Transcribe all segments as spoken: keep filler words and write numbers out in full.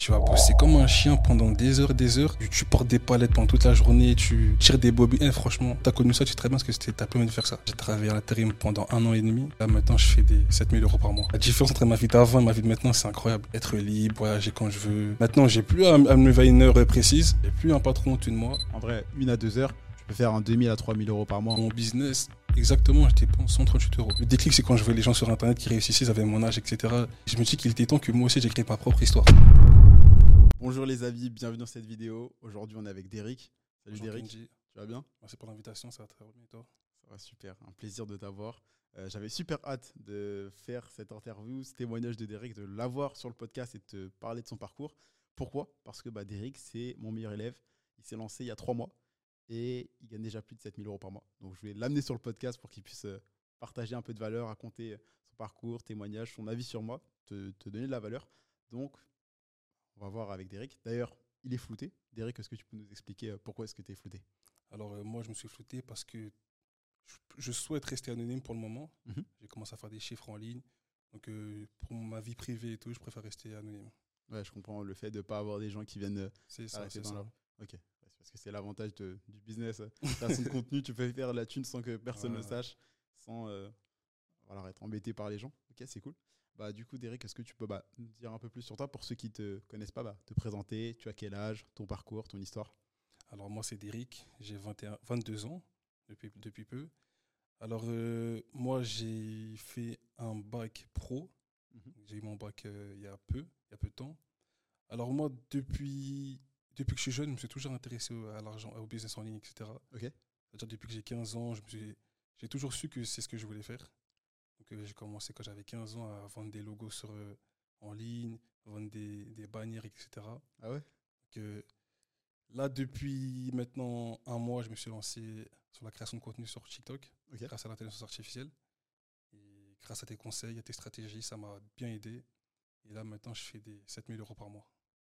Tu vas bosser comme un chien pendant des heures et des heures. Tu, tu portes des palettes pendant toute la journée, tu tires des bobines. Eh, franchement, t'as connu ça, tu sais très bien ce que c'était. T'as plus envie de faire ça. J'ai travaillé à l'intérim pendant un an et demi. Là, maintenant, je fais des sept mille euros par mois. La différence entre ma vie d'avant et ma vie de maintenant, c'est incroyable. Être libre, voyager quand je veux. Maintenant, j'ai plus à, à me lever à une heure précise. J'ai plus un patron au-dessus de moi. En vrai, une à deux heures, je peux faire un deux mille à trois mille euros par mois. Mon business, exactement, je dépense cent trente-huit euros. Le déclic, c'est quand je vois les gens sur Internet qui réussissaient, ils avaient mon âge, et cetera. Je me dis qu'il était temps que moi aussi, j'écrive ma propre histoire. Bonjour les amis, bienvenue dans cette vidéo. Aujourd'hui, on est avec Derrick. Salut Bonjour Derrick, Kenji. tu vas bien? Merci pour l'invitation, ça va très bien, et toi? Ça va super, un plaisir de t'avoir. Euh, J'avais super hâte de faire cette interview, ce témoignage de Derrick, de l'avoir sur le podcast et de te parler de son parcours. Pourquoi? Parce que bah, Derrick, c'est mon meilleur élève. Il s'est lancé il y a trois mois et il gagne déjà plus de sept mille euros par mois. Donc, je vais l'amener sur le podcast pour qu'il puisse euh, partager un peu de valeur, raconter son parcours, témoignage, son avis sur moi, te, te donner de la valeur. Donc, on va voir avec Derrick. D'ailleurs, il est flouté. Derrick, est-ce que tu peux nous expliquer pourquoi est-ce que tu es flouté? Alors, euh, moi, je me suis flouté parce que je, je souhaite rester anonyme pour le moment. Mhm. J'ai commencé à faire des chiffres en ligne. Donc, euh, pour ma vie privée et tout, je préfère rester anonyme. Ouais, je comprends le fait de ne pas avoir des gens qui viennent C'est ça, arrêter c'est dans ça. la... Ok, ouais, c'est parce que c'est l'avantage de- du business. Tu as son contenu, tu peux faire la thune sans que personne ne Ouais. le sache, sans euh, voilà, être embêté par les gens. Ok, c'est cool. Bah, du coup, Derrick, est-ce que tu peux bah, nous dire un peu plus sur toi pour ceux qui ne te connaissent pas, bah, te présenter, tu as quel âge, ton parcours, ton histoire? Alors, moi, c'est Derrick. J'ai vingt et un, vingt-deux ans depuis, depuis peu. Alors, euh, moi, j'ai fait un bac pro. Mhm. J'ai eu mon bac euh, il y a peu, il y a peu de temps. Alors, moi, depuis, depuis que je suis jeune, je me suis toujours intéressé au- à l'argent, au business en ligne, et cetera. Ok. C'est-à-dire, depuis que j'ai quinze ans, je me suis- j'ai toujours su que c'est ce que je voulais faire. Donc, euh, j'ai commencé quand j'avais quinze ans à vendre des logos sur, euh, en ligne, vendre des, des bannières, et cetera. Ah ouais? Donc, euh, là, depuis maintenant un mois, je me suis lancé sur la création de contenu sur TikTok, Ok. grâce à l'intelligence artificielle. Et grâce à tes conseils, à tes stratégies, ça m'a bien aidé. Et là, maintenant, je fais des sept mille euros par mois.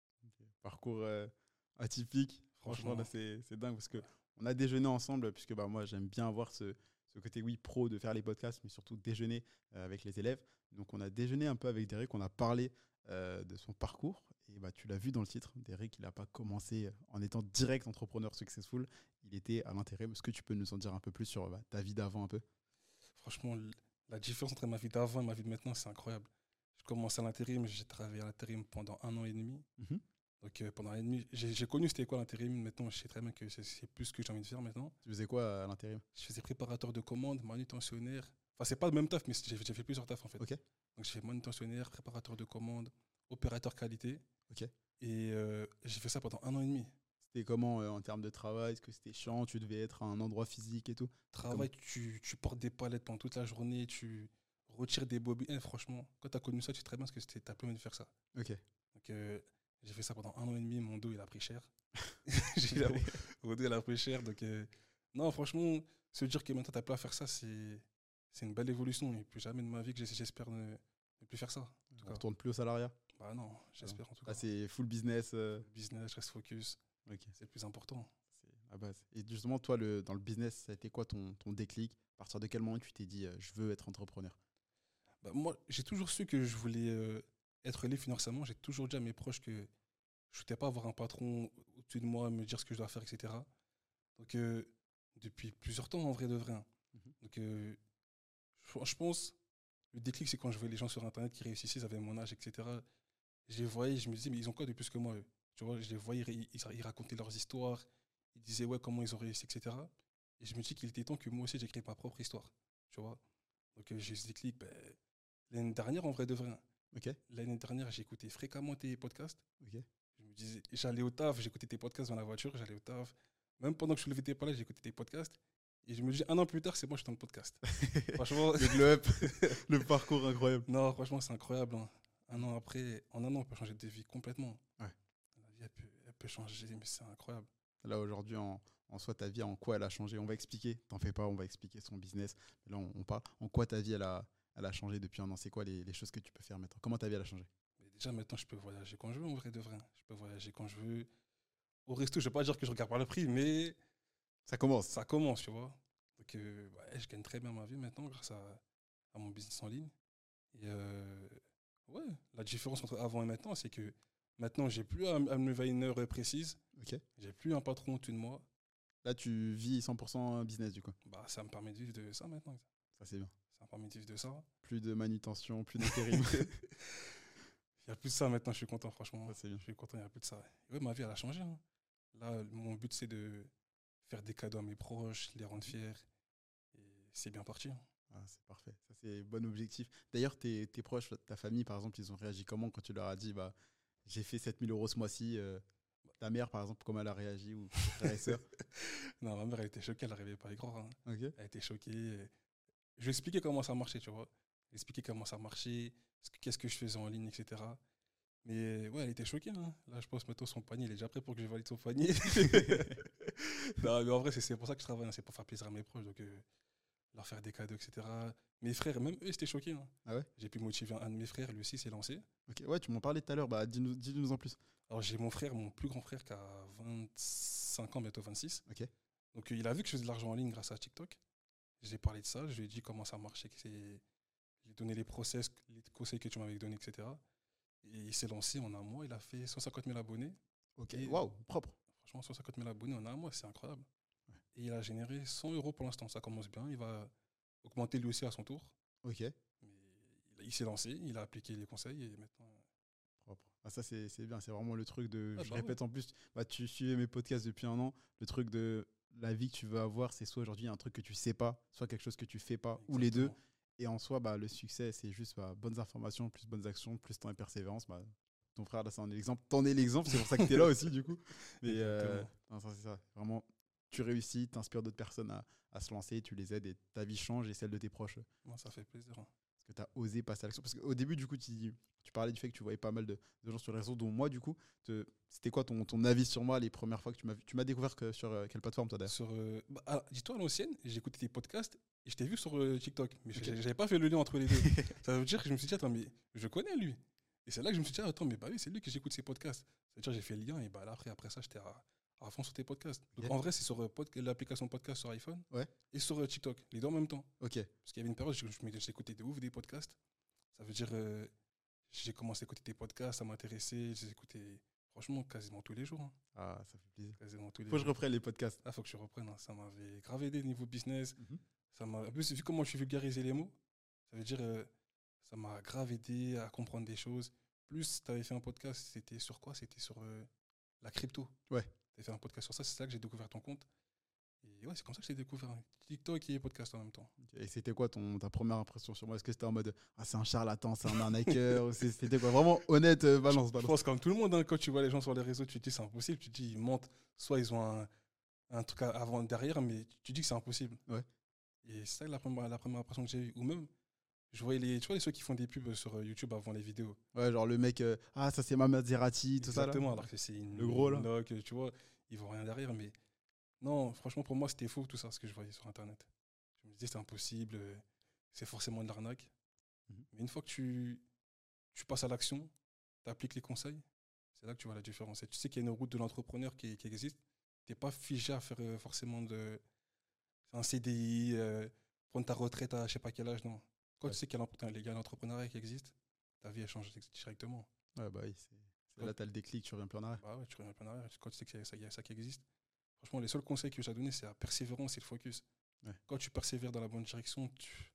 Parcours euh, atypique. Franchement, là, Franchement, c'est c'est dingue parce que on a déjeuné ensemble, puisque bah, moi, j'aime bien avoir ce, ce côté, oui, pro de faire les podcasts, mais surtout déjeuner euh, avec les élèves. Donc, on a déjeuné un peu avec Derrick, on a parlé euh, de son parcours. Et bah, tu l'as vu dans le titre, Derrick, il n'a pas commencé en étant direct entrepreneur successful. Il était à l'intérim. Est-ce que tu peux nous en dire un peu plus sur bah, ta vie d'avant un peu? franchement, l- la différence entre ma vie d'avant et ma vie de maintenant, c'est incroyable. Je commence à l'intérim, j'ai travaillé à l'intérim pendant un an et demi. Mhm. Donc, euh, pendant un an et demi, j'ai j'ai connu c'était quoi l'intérim. Maintenant, je sais très bien que c'est c'est plus ce que j'ai envie de faire maintenant. Tu faisais quoi à l'intérim? Je faisais préparateur de commandes, manutentionnaire. Enfin, c'est pas le même taf, mais j'ai j'ai fait plusieurs tafs en fait. Ok. Donc, j'ai fait manutentionnaire, préparateur de commandes, opérateur qualité. Ok. Et euh, j'ai fait ça pendant un an et demi. C'était comment euh, en termes de travail? Est-ce que c'était chiant? Tu devais être à un endroit physique et tout? C'était comment? Travail, tu, tu portes des palettes pendant toute la journée, tu retires des bobines. Eh, franchement, quand tu as connu ça, tu sais très bien ce que c'était. Tu plus envie de faire ça. Ok. Donc, euh, j'ai fait ça pendant un an et demi. Mon dos, il a pris cher. J'ai- Mon dos, il a pris cher. Donc, euh, non, franchement, se dire que maintenant, tu n'as plus à faire ça, c'est c'est une belle évolution. Et plus jamais de ma vie que j'es- j'espère ne, ne plus faire ça. En tout On cas. retourne plus au salariat? Bah non, Ah non. j'espère en tout Là, cas. c'est full business. euh, Business, je reste focus. Ok, C'est le plus important. c'est la base. Et justement, toi, le, dans le business, ça a été quoi ton, ton déclic? À partir de quel moment tu t'es dit, euh, je veux être entrepreneur? Bah, moi, j'ai toujours su que je voulais euh, être libre financièrement. J'ai toujours dit à mes proches que je ne souhaitais pas avoir un patron au-dessus de moi, me dire ce que je dois faire, et cetera. Donc, euh, depuis plusieurs temps, en vrai de vrai. Hein. Mhm. Donc, euh, je, je pense, le déclic, c'est quand je voyais les gens sur Internet qui réussissaient, ils avaient mon âge, et cetera. Je les voyais, je me disais, mais ils ont quoi de plus que moi, eux? Tu vois, je les voyais, ils, ils- ils racontaient leurs histoires, ils disaient, ouais, comment ils ont réussi, et cetera. Et je me dis qu'il était temps que moi aussi, j'écrive ma propre histoire. Tu vois. Donc, euh, j'ai eu ce déclic ben, l'année dernière, en vrai de vrai. Hein. Ok, L'année dernière, j'écoutais fréquemment tes podcasts. ok. Je me disais, j'allais au taf, j'écoutais tes podcasts dans la voiture, j'allais au taf. Même pendant que je levais tes palais, j'écoutais tes podcasts. Et je me dis, un an plus tard, c'est moi, je suis dans le podcast. Franchement, Le glow up, le parcours incroyable. non, franchement, c'est incroyable. Hein. Un an après, en un an, on peut changer de vie complètement. Ouais. La vie, elle peut, elle peut changer, mais c'est incroyable. Là, aujourd'hui, en, en soi, ta vie, en quoi elle a changé? On va expliquer, t'en fais pas, on va expliquer son business. Là, on, on parle. En quoi ta vie, elle a, elle a changé depuis un an? C'est quoi les, les choses que tu peux faire maintenant? Comment ta vie, elle a changé? Mais déjà, maintenant, je peux voyager quand je veux, en vrai de vrai. Je peux voyager quand je veux. Au resto, je ne vais pas dire que je regarde par le prix, mais Ça commence. ça commence, tu vois. Donc, euh, ouais, je gagne très bien ma vie maintenant grâce à, à mon business en ligne. Et euh, ouais, la différence entre avant et maintenant, c'est que Maintenant, j'ai plus à, à me lever à une heure précise. Ok. J'ai plus un patron au-dessus de moi. Là, tu vis cent pour cent business, du coup. Bah, ça me permet de vivre de ça maintenant. Ça, c'est bien. Ça me permet de vivre de ça. Plus de manutention, plus d'intérim. Il n'y a plus de ça maintenant, je suis content, franchement. Ça, c'est bien. Je suis content, il n'y a plus de ça. Ouais, ma vie, elle a changé. Hein. Là, mon but, c'est de faire des cadeaux à mes proches, les rendre fiers. Et c'est bien parti. Hein. Ah, c'est parfait. Ça, c'est un bon objectif. D'ailleurs, tes, tes proches, ta famille, par exemple, ils ont réagi comment quand tu leur as dit bah, j'ai fait sept mille euros ce mois-ci euh, ta mère, par exemple, comment elle a réagi ou tes frères et sœurs? Non, ma mère, elle était choquée, elle n'arrivait pas à y croire. Hein. Ok. Elle était choquée. Je lui ai expliqué comment ça marchait, tu vois. Je lui ai expliqué comment ça marchait, ce que- qu'est-ce que je faisais en ligne, et cetera. Mais ouais, elle était choquée. Hein. Là, je pense maintenant son panier, il est déjà prêt pour que je valide son panier. Non, mais en vrai, c'est c'est pour ça que je travaille. Hein. C'est pour faire plaisir à mes proches, donc euh, leur faire des cadeaux, et cetera. Mes frères, même eux, ils étaient choqués. Hein. Ah ouais? J'ai pu motiver un de mes frères, lui aussi s'est lancé. Ok. Ouais, tu m'en parlais tout à l'heure. Bah, dis-nous, dis-nous en plus. Alors, j'ai mon frère, mon plus grand frère, qui a vingt-cinq ans, bientôt vingt-six. Ok. Donc, euh, il a vu que je faisais de l'argent en ligne grâce à TikTok. J'ai parlé de ça, je lui ai dit comment ça marchait, que c'est... je lui ai donné les process, les conseils que tu m'avais donnés, et cetera. Et il s'est lancé en un mois, il a fait cent cinquante mille abonnés. Ok. Et Waouh, propre. franchement, cent cinquante mille abonnés en un mois, c'est incroyable. Ouais. Et il a généré cent euros pour l'instant, ça commence bien. Il va augmenter lui aussi à son tour. Ok. Mais il, il s'est lancé, il a appliqué les conseils et maintenant. Propre. Ah, ça, c'est c'est bien. C'est vraiment le truc de. Ah, je bah répète en plus, bah, tu suivais mes podcasts depuis un an. Le truc de la vie que tu veux avoir, c'est soit aujourd'hui un truc que tu sais pas, soit quelque chose que tu fais pas, ou les deux. Exactement. Et en soi, bah, le succès, c'est juste bah, bonnes informations, plus bonnes actions, plus temps et persévérance. Bah, ton frère, là, c'est un exemple. T'en es l'exemple, c'est pour ça que tu es là aussi, du coup. Mais euh, Exactement. non, ça, c'est ça. Vraiment, tu réussis, tu inspires d'autres personnes à, à se lancer, tu les aides et ta vie change et celle de tes proches. Moi, ça fait plaisir. Hein. Parce que tu as osé passer à l'action. Parce qu'au début, du coup, tu, tu parlais du fait que tu voyais pas mal de, de gens sur les réseaux, dont moi, du coup. te- C'était quoi ton, ton avis sur moi les premières fois que tu m'as vu? Tu m'as découvert que sur euh, quelle plateforme, toi, d'ailleurs? Sur, euh, bah, ah, dis-toi, à l'ancienne, j'ai écouté tes podcasts et je t'ai vu sur euh, TikTok. Mais Ok. j'ai- j'avais pas fait le lien entre les deux. Ça veut dire que je me suis dit, attends, mais je connais lui. Et c'est là que je me suis dit, ah, attends, mais bah oui, c'est lui que j'écoute ses podcasts. C'est-à-dire, j'ai fait le lien et bah là, après, après ça, j'étais à, à fond sur tes podcasts. Donc Ok. en vrai, c'est sur euh, pod- l'application podcast sur iPhone Ouais. et sur euh, TikTok, les deux en même temps. Ok. Parce qu'il y avait une période, je, je, m'étais- j'écoutais de ouf des podcasts. Ça veut dire, euh, j'ai commencé à écouter tes podcasts, ça m'intéressait. J'ai écouté, franchement, quasiment tous les jours. Hein. Ah, ça fait plaisir. Quasiment tous les Faut que je jours. reprenne les podcasts. Ah, faut que je reprenne. Hein. Ça m'avait grave aidé niveau business. Mhm. Ça m'a... En plus, vu comment je suis vulgarisé les mots, ça veut dire, euh, ça m'a grave aidé à comprendre des choses. Plus, tu avais fait un podcast, c'était sur quoi? C'était sur euh, la crypto. Ouais. Tu avais fait un podcast sur ça, c'est là que j'ai découvert ton compte. Et ouais, c'est comme ça que j'ai découvert hein. TikTok et podcast en même temps. Et c'était quoi ton, ta première impression sur moi? Est-ce que c'était en mode ah, c'est un charlatan, c'est un arnaqueur ou c'est- C'était quoi? Vraiment honnête, euh, balance, Je balance. pense comme tout le monde, hein, quand tu vois les gens sur les réseaux, tu te dis c'est impossible. Tu te dis ils mentent, soit ils ont un, un truc à- avant, derrière, mais tu te dis que c'est impossible. Ouais. Et c'est ça la première, la première impression que j'ai eue. Ou même, je voyais les, tu vois, les ceux qui font des pubs sur euh, YouTube avant les vidéos. Ouais, genre le mec, euh, ah, ça c'est ma Maserati, tout Exactement, ça là. alors que c'est une, Le gros, là. une Noc, tu vois, ils voient rien derrière. Mais non, franchement, pour moi, c'était faux tout ça, ce que je voyais sur Internet. Je me disais, c'est impossible, euh, c'est forcément de l'arnaque. Mhm. Mais une fois que tu, tu passes à l'action, tu appliques les conseils, c'est là que tu vois la différence. Et tu sais qu'il y a une route de l'entrepreneur qui, qui existe. Tu n'es pas figé à faire euh, forcément de, un C D I, euh, prendre ta retraite à je sais pas quel âge, non. Quand Ouais. tu sais qu'il y a l'empre- il y a l'entrepreneuriat qui existe, ta vie elle change directement. Ouais, bah oui, c'est c'est là, t'as le déclic, tu reviens plus en arrière. Bah ouais, tu reviens un peu en arrière. Quand tu sais qu'il y a ça, il y a ça qui existe. Franchement, les seuls conseils que j'ai à donner, c'est la persévérance et le focus. Ouais. Quand tu persévères dans la bonne direction, tu...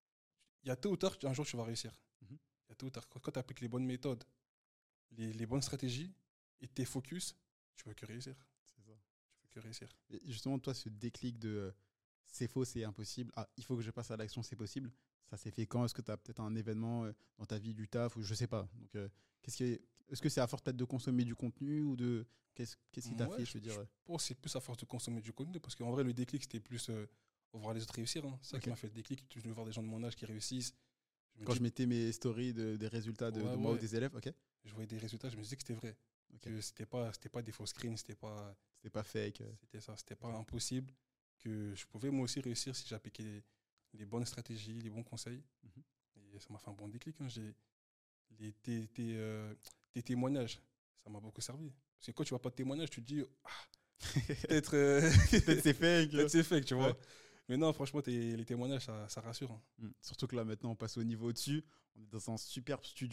il y a tôt ou tard, un jour, tu vas réussir. Mhm. Il y a tôt ou tard. Quand tu appliques les bonnes méthodes, les, les bonnes stratégies et tes focus, tu peux que réussir. C'est ça. Tu peux que réussir. Et justement, toi, ce déclic de euh, c'est faux, c'est impossible, ah, il faut que je passe à l'action, c'est possible, ça s'est fait quand? Est-ce que tu as peut-être un événement euh, dans ta vie, du taf, ou je sais pas. Donc, euh, qu'est-ce qui est, est-ce que c'est à force peut-être de consommer du contenu ou de. Qu'est-ce qu'est-ce qui t'a Ouais, fait, je, je veux dire je euh, pense que c'est plus à force de consommer du contenu parce qu'en vrai, le déclic, c'était plus euh, voir les autres réussir. Hein. C'est ça Ok. qui m'a fait le déclic. Je veux voir des gens de mon âge qui réussissent. Je me Quand dis- je mettais mes stories de- des résultats de, Ouais, de moi ou ouais. des élèves, ok? je voyais des résultats, je me disais que c'était vrai. Ok. Que c'était pas, c'était pas des faux screens, c'était pas, C'était pas fake. euh. c'était ça, c'était pas impossible. Que je pouvais moi aussi réussir si j'appliquais les, les bonnes stratégies, les bons conseils. Mhm. Et ça m'a fait un bon déclic. Hein. J'ai, les, tes, tes, euh, tes témoignages, ça m'a beaucoup servi. Parce que quand tu vois pas de témoignages, tu te dis, ah, peut-être euh, Peut-être c'est fake. peut-être c'est fake, tu vois. Ouais. Mais non, franchement, tes- les témoignages, ça, ça rassure. Hein. Mm. Surtout que là, maintenant, on passe au niveau au-dessus. On est dans un superbe studio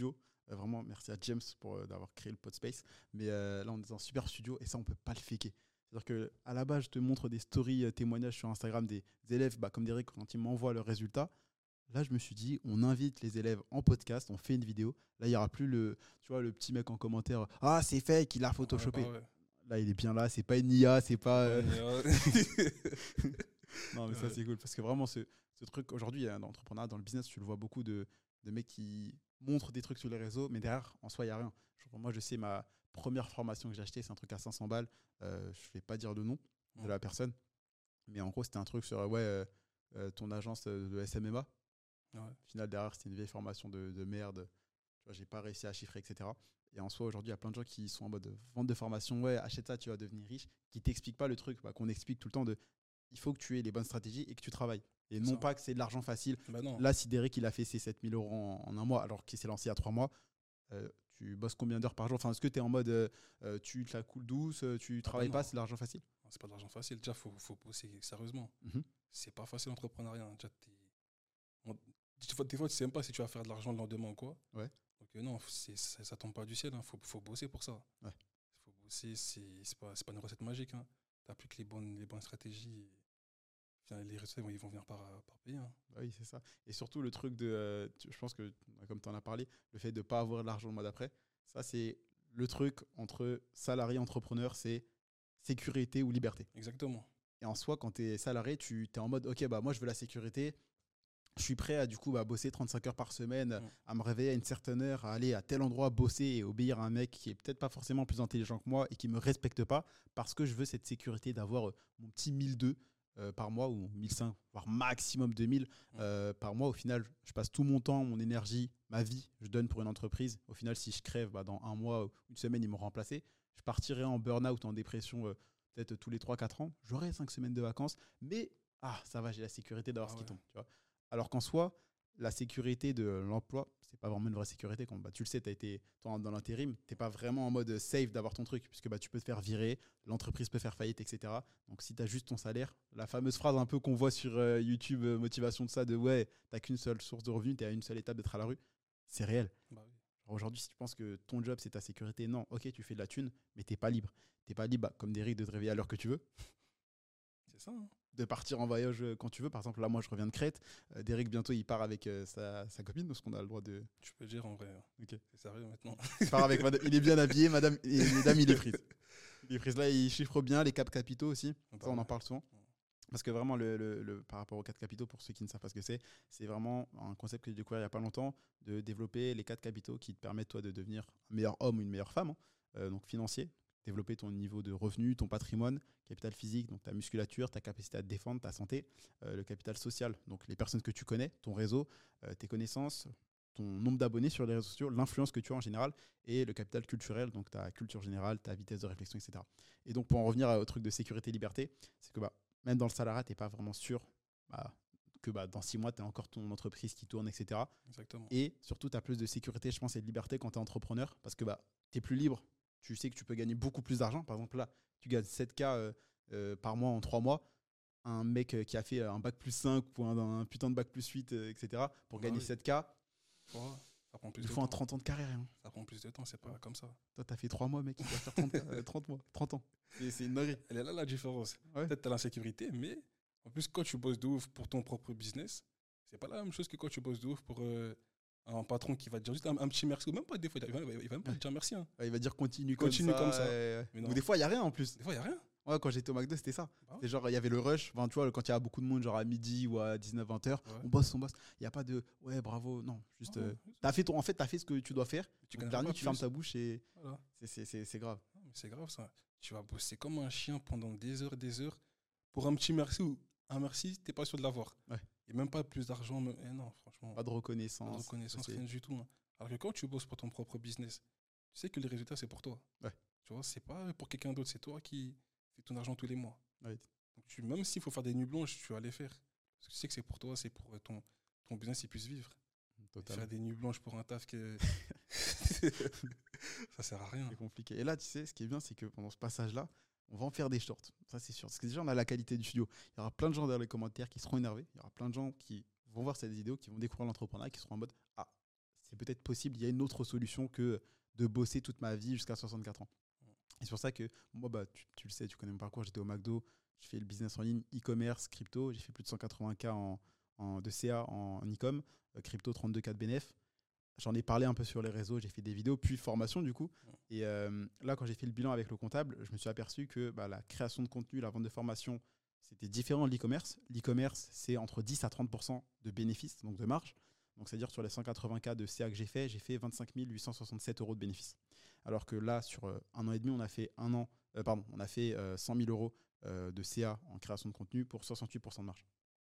Euh, vraiment, merci à James pour euh, d'avoir créé le Podspace. Mais euh, là, on est dans un super studio et ça, on peut pas le faker. C'est-à-dire qu'à la base, je te montre des stories, euh, témoignages sur Instagram des, des élèves, bah, comme Derek, quand ils m'envoient leurs résultats. Là, je me suis dit, on invite les élèves en podcast, on fait une vidéo. Là, il n'y aura plus le, tu vois, le petit mec en commentaire. Ah, c'est fake, il a Ouais, bah photoshopé. ouais. Là, il est bien là, c'est pas une I A, c'est pas. Ouais, euh, mais, euh, Non, mais ça, ouais. c'est cool. Parce que vraiment, ce, ce truc, aujourd'hui, il y a dans l'entrepreneuriat, dans le business, tu le vois beaucoup de, de mecs qui montrent des trucs sur les réseaux, mais derrière, en soi, il n'y a rien. Genre, moi, je sais, ma première formation que j'ai achetée, c'est un truc à cinq cents balles. Euh, je ne vais pas dire le nom de Mm. la personne, mais en gros, c'était un truc sur, ouais, euh, euh, ton agence euh, de S M M A. Ouais. Au final, derrière, c'était une vieille formation de, de merde. Tu vois, j'ai pas réussi à chiffrer, et cetera. Et en soi, aujourd'hui, il y a plein de gens qui sont en mode vente de formation. Ouais, achète ça, tu vas devenir riche. Qui t'expliquent pas le truc, bah, qu'on explique tout le temps de il faut que tu aies les bonnes stratégies et que tu travailles. Et C'est non ça. pas que c'est de l'argent facile. Bah non. Là, si Derek il a fait ses sept mille euros en, en un mois, alors qu'il s'est lancé il y a trois mois, euh, tu bosses combien d'heures par jour? Enfin, est-ce que tu es en mode euh, euh, tu te la coules douce, euh, tu Ah bah travailles pas, non. c'est de l'argent facile? Non, c'est pas de l'argent facile. Déjà, faut, faut bosser sérieusement. Mhm. C'est pas facile l'entrepreneuriat, hein. Déjà, t'es- on- des fois, des fois, tu sais même pas si tu vas faire de l'argent le lendemain ou quoi. Ouais, Donc, euh, non, c'est, ça, ça tombe pas du ciel. Il faut, faut bosser pour ça. ouais, Faut bosser. C'est, c'est pas, c'est pas une recette magique. Hein. T'as plus que les bonnes, les bonnes stratégies. Et, enfin, les résultats, ils vont venir par, par payer. Hein. bah oui, c'est ça. Et surtout, le truc de. euh, tu- je pense que, comme tu en as parlé, le fait de ne pas avoir de l'argent le mois d'après, ça, c'est le truc entre salarié et entrepreneur, c'est sécurité ou liberté. Exactement. Et en soi, quand tu es salarié, tu es en mode, OK, bah, moi, je veux la sécurité. Je suis prêt à du coup bah, bosser trente-cinq heures par semaine, Mm. à me réveiller à une certaine heure, à aller à tel endroit bosser et obéir à un mec qui est peut-être pas forcément plus intelligent que moi et qui me respecte pas parce que je veux cette sécurité d'avoir euh, mon petit mille deux euh, par mois ou mille cinq, voire maximum deux mille Mm. euh, par mois. Au final, je passe tout mon temps, mon énergie, ma vie, je donne pour une entreprise. Au final, si je crève bah, dans un mois ou une semaine, ils m'ont remplacé. Je partirai en burn-out, en dépression euh, peut-être tous les trois quatre ans. J'aurai cinq semaines de vacances, mais ah, ça va, j'ai la sécurité d'avoir Ah ce qui ouais. tombe. Tu vois. Alors qu'en soi, la sécurité de l'emploi, c'est pas vraiment une vraie sécurité. Quand, bah, tu le sais, tu as été toi, dans l'intérim, tu n'es pas vraiment en mode safe d'avoir ton truc, puisque bah, tu peux te faire virer, l'entreprise peut faire faillite, et cetera. Donc si tu as juste ton salaire, la fameuse phrase un peu qu'on voit sur euh, YouTube, euh, motivation de ça, de ouais, tu n'as qu'une seule source de revenus, tu es à une seule étape d'être à la rue, c'est réel. Bah oui. Genre, aujourd'hui, si tu penses que ton job, c'est ta sécurité, non, ok, tu fais de la thune, mais tu n'es pas libre. Tu n'es pas libre, bah, comme Derrick, de te réveiller à l'heure que tu veux, C'est ça. Hein. de partir en voyage euh, quand tu veux. Par exemple, là, moi, je reviens de Crète. Euh, Derek, bientôt, il part avec euh, sa, sa copine, parce qu'on a le droit de. Tu peux dire en vrai. Hein. Ok. C'est sérieux maintenant. Il part avec madame. Il est bien habillé, madame. Et mesdames, il est prise. Il est prise là, il chiffre bien les caps capitaux aussi. Bah Ça, on en ouais. parle souvent. Parce que vraiment, le, le- le- par rapport aux quatre capitaux, pour ceux qui ne savent pas ce que c'est, c'est vraiment un concept que j'ai découvert il n'y a pas longtemps, de développer les quatre capitaux qui te permettent, toi, de devenir un meilleur homme ou une meilleure femme. Hein. Euh, donc, financier, développer ton niveau de revenu, ton patrimoine, capital physique, donc ta musculature, ta capacité à te défendre, ta santé, euh, le capital social, donc les personnes que tu connais, ton réseau, euh, tes connaissances, ton nombre d'abonnés sur les réseaux sociaux, l'influence que tu as en général, et le capital culturel, donc ta culture générale, ta vitesse de réflexion, et cetera. Et donc, pour en revenir au truc de sécurité et liberté, c'est que bah, même dans le salariat, tu n'es pas vraiment sûr bah, que bah, dans six mois, tu as encore ton entreprise qui tourne, et cetera. Exactement. Et surtout, tu as plus de sécurité, je pense, et de liberté quand tu es entrepreneur parce que bah, tu es plus libre. Tu sais que tu peux gagner beaucoup plus d'argent. Par exemple, là, tu gagnes sept K euh, euh, par mois en trois mois. Un mec euh, qui a fait un bac plus cinq ou un, un putain de bac plus huit, euh, et cetera, pour Bah gagner oui. sept K, Voilà. Ça prend plus il de faut un temps. trente ans de carrière. Hein. Ça prend plus de temps, c'est pas comme ça. Toi, tu as fait trois mois, mec, il doit faire trente, euh, trente mois, trente ans. C'est c'est une dinguerie. Elle est là la différence. Ouais. Peut-être tu as l'insécurité, mais en plus, quand tu bosses de ouf pour ton propre business, c'est pas la même chose que quand tu bosses de ouf pour euh, un patron qui va te dire juste un, un petit merci. Ou même pas des fois, il va, il va- il va même pas te dire merci. Hein. Ouais, il va dire continue, Continue comme comme ça. ça. euh, Mais Ou non. des fois, il n'y a rien en plus. Des fois, il n'y a rien. Ouais, quand j'étais au McDo, c'était ça. Bah ouais. C'est genre, il y avait le rush. Enfin, tu vois, quand il y a beaucoup de monde, genre à midi ou à dix-neuf vingt heures, Ouais. on bosse, on bosse. Il n'y a pas de ouais, bravo. Non, juste. Ah, euh, ouais. t'as fait ton, en fait, tu as fait ce que tu dois faire. Tu Donc, gagneras dernier, pas tu fermes plus. ta bouche et Voilà. c'est- c'est c'est- c'est grave. Non, mais c'est grave ça. Tu vas bosser comme un chien pendant des heures et des heures pour un petit merci ou un merci, t'es pas sûr de l'avoir. Ouais. Et même pas plus d'argent. mais- eh non, franchement, Pas de pas de reconnaissance. reconnaissance, c'est- rien du tout. Hein. Alors que quand tu bosses pour ton propre business, tu sais que les résultats, c'est pour toi. Ouais. Tu vois, c'est pas pour quelqu'un d'autre, c'est toi qui fais ton argent tous les mois. Ouais. Donc tu, même s'il faut faire des nuits blanches, tu vas les faire. Parce que tu sais que c'est pour toi, c'est pour euh, ton, ton business il puisse vivre. Totalement. Faire des nuits blanches pour un taf que. Ça sert à rien. C'est compliqué. Et là, tu sais, ce qui est bien, c'est que pendant ce passage-là, on va en faire des shorts. Ça, c'est sûr. Parce que déjà, on a la qualité du studio. Il y aura plein de gens dans les commentaires qui seront énervés. Il y aura plein de gens qui vont voir cette vidéo, qui vont découvrir l'entrepreneuriat, qui seront en mode ah, c'est peut-être possible, il y a une autre solution que de bosser toute ma vie jusqu'à soixante-quatre ans. Et c'est pour ça que moi, bah, tu, tu le sais, tu connais mon parcours, j'étais au McDo, je fais le business en ligne, e-commerce, crypto, j'ai fait plus de cent quatre-vingts K en, en, de C A en, en e-com, euh, crypto trente-deux K de bénéf. J'en ai parlé un peu sur les réseaux, j'ai fait des vidéos, puis formation du coup. Et euh, là, quand j'ai fait le bilan avec le comptable, je me suis aperçu que bah, la création de contenu, la vente de formation, c'était différent de l'e-commerce. L'e-commerce, c'est entre dix à trente pour cent de bénéfices, donc de marge. Donc, c'est-à-dire sur les cent quatre-vingts K de C A que j'ai fait, j'ai fait vingt-cinq mille huit cent soixante-sept euros de bénéfices. Alors que là, sur euh, un an et demi, on a fait un an, euh, pardon, on a fait euh, cent mille euros euh, de C A en création de contenu pour soixante-huit pour cent de marge.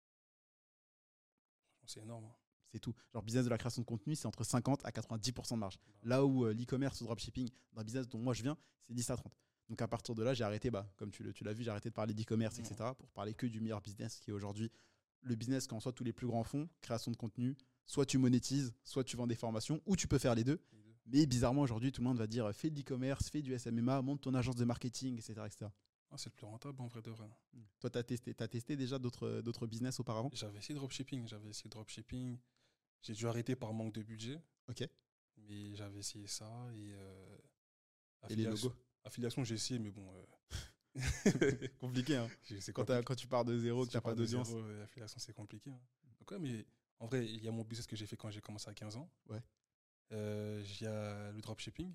C'est énorme. Hein. C'est tout. Genre, business de la création de contenu, c'est entre cinquante à quatre-vingt-dix pour cent de marge. Là où euh, l'e-commerce ou le dropshipping, dans le business dont moi je viens, c'est dix à trente. Donc, à partir de là, j'ai arrêté, bah, comme tu, le, tu l'as vu, j'ai arrêté de parler d'e-commerce, mmh. et cetera, pour parler que du meilleur business qui est aujourd'hui le business qu'en soit tous les plus grands font, création de contenu. Soit tu monétises, soit tu vends des formations, ou tu peux faire les deux. Les deux. Mais bizarrement, aujourd'hui, tout le monde va dire fais de l'e-commerce, fais du S M M A, monte ton agence de marketing, et cetera et cetera. Ah, c'est le plus rentable en vrai de vrai. Mmh. Toi, tu as testé, t'as testé déjà d'autres, d'autres business auparavant? J'avais essayé dropshipping, j'avais essayé dropshipping. J'ai dû arrêter par manque de budget. Ok. Mais j'avais essayé ça et. Euh, et les logos? Affiliation, j'ai essayé, mais bon. Euh... compliqué, hein. C'est quand, quand tu pars de zéro, si que tu n'as pas d'audience. Zéro, affiliation, c'est compliqué. Hein. Donc, ouais, mais en vrai, il y a mon business que j'ai fait quand j'ai commencé à quinze ans. Ouais. Euh, il y a le dropshipping.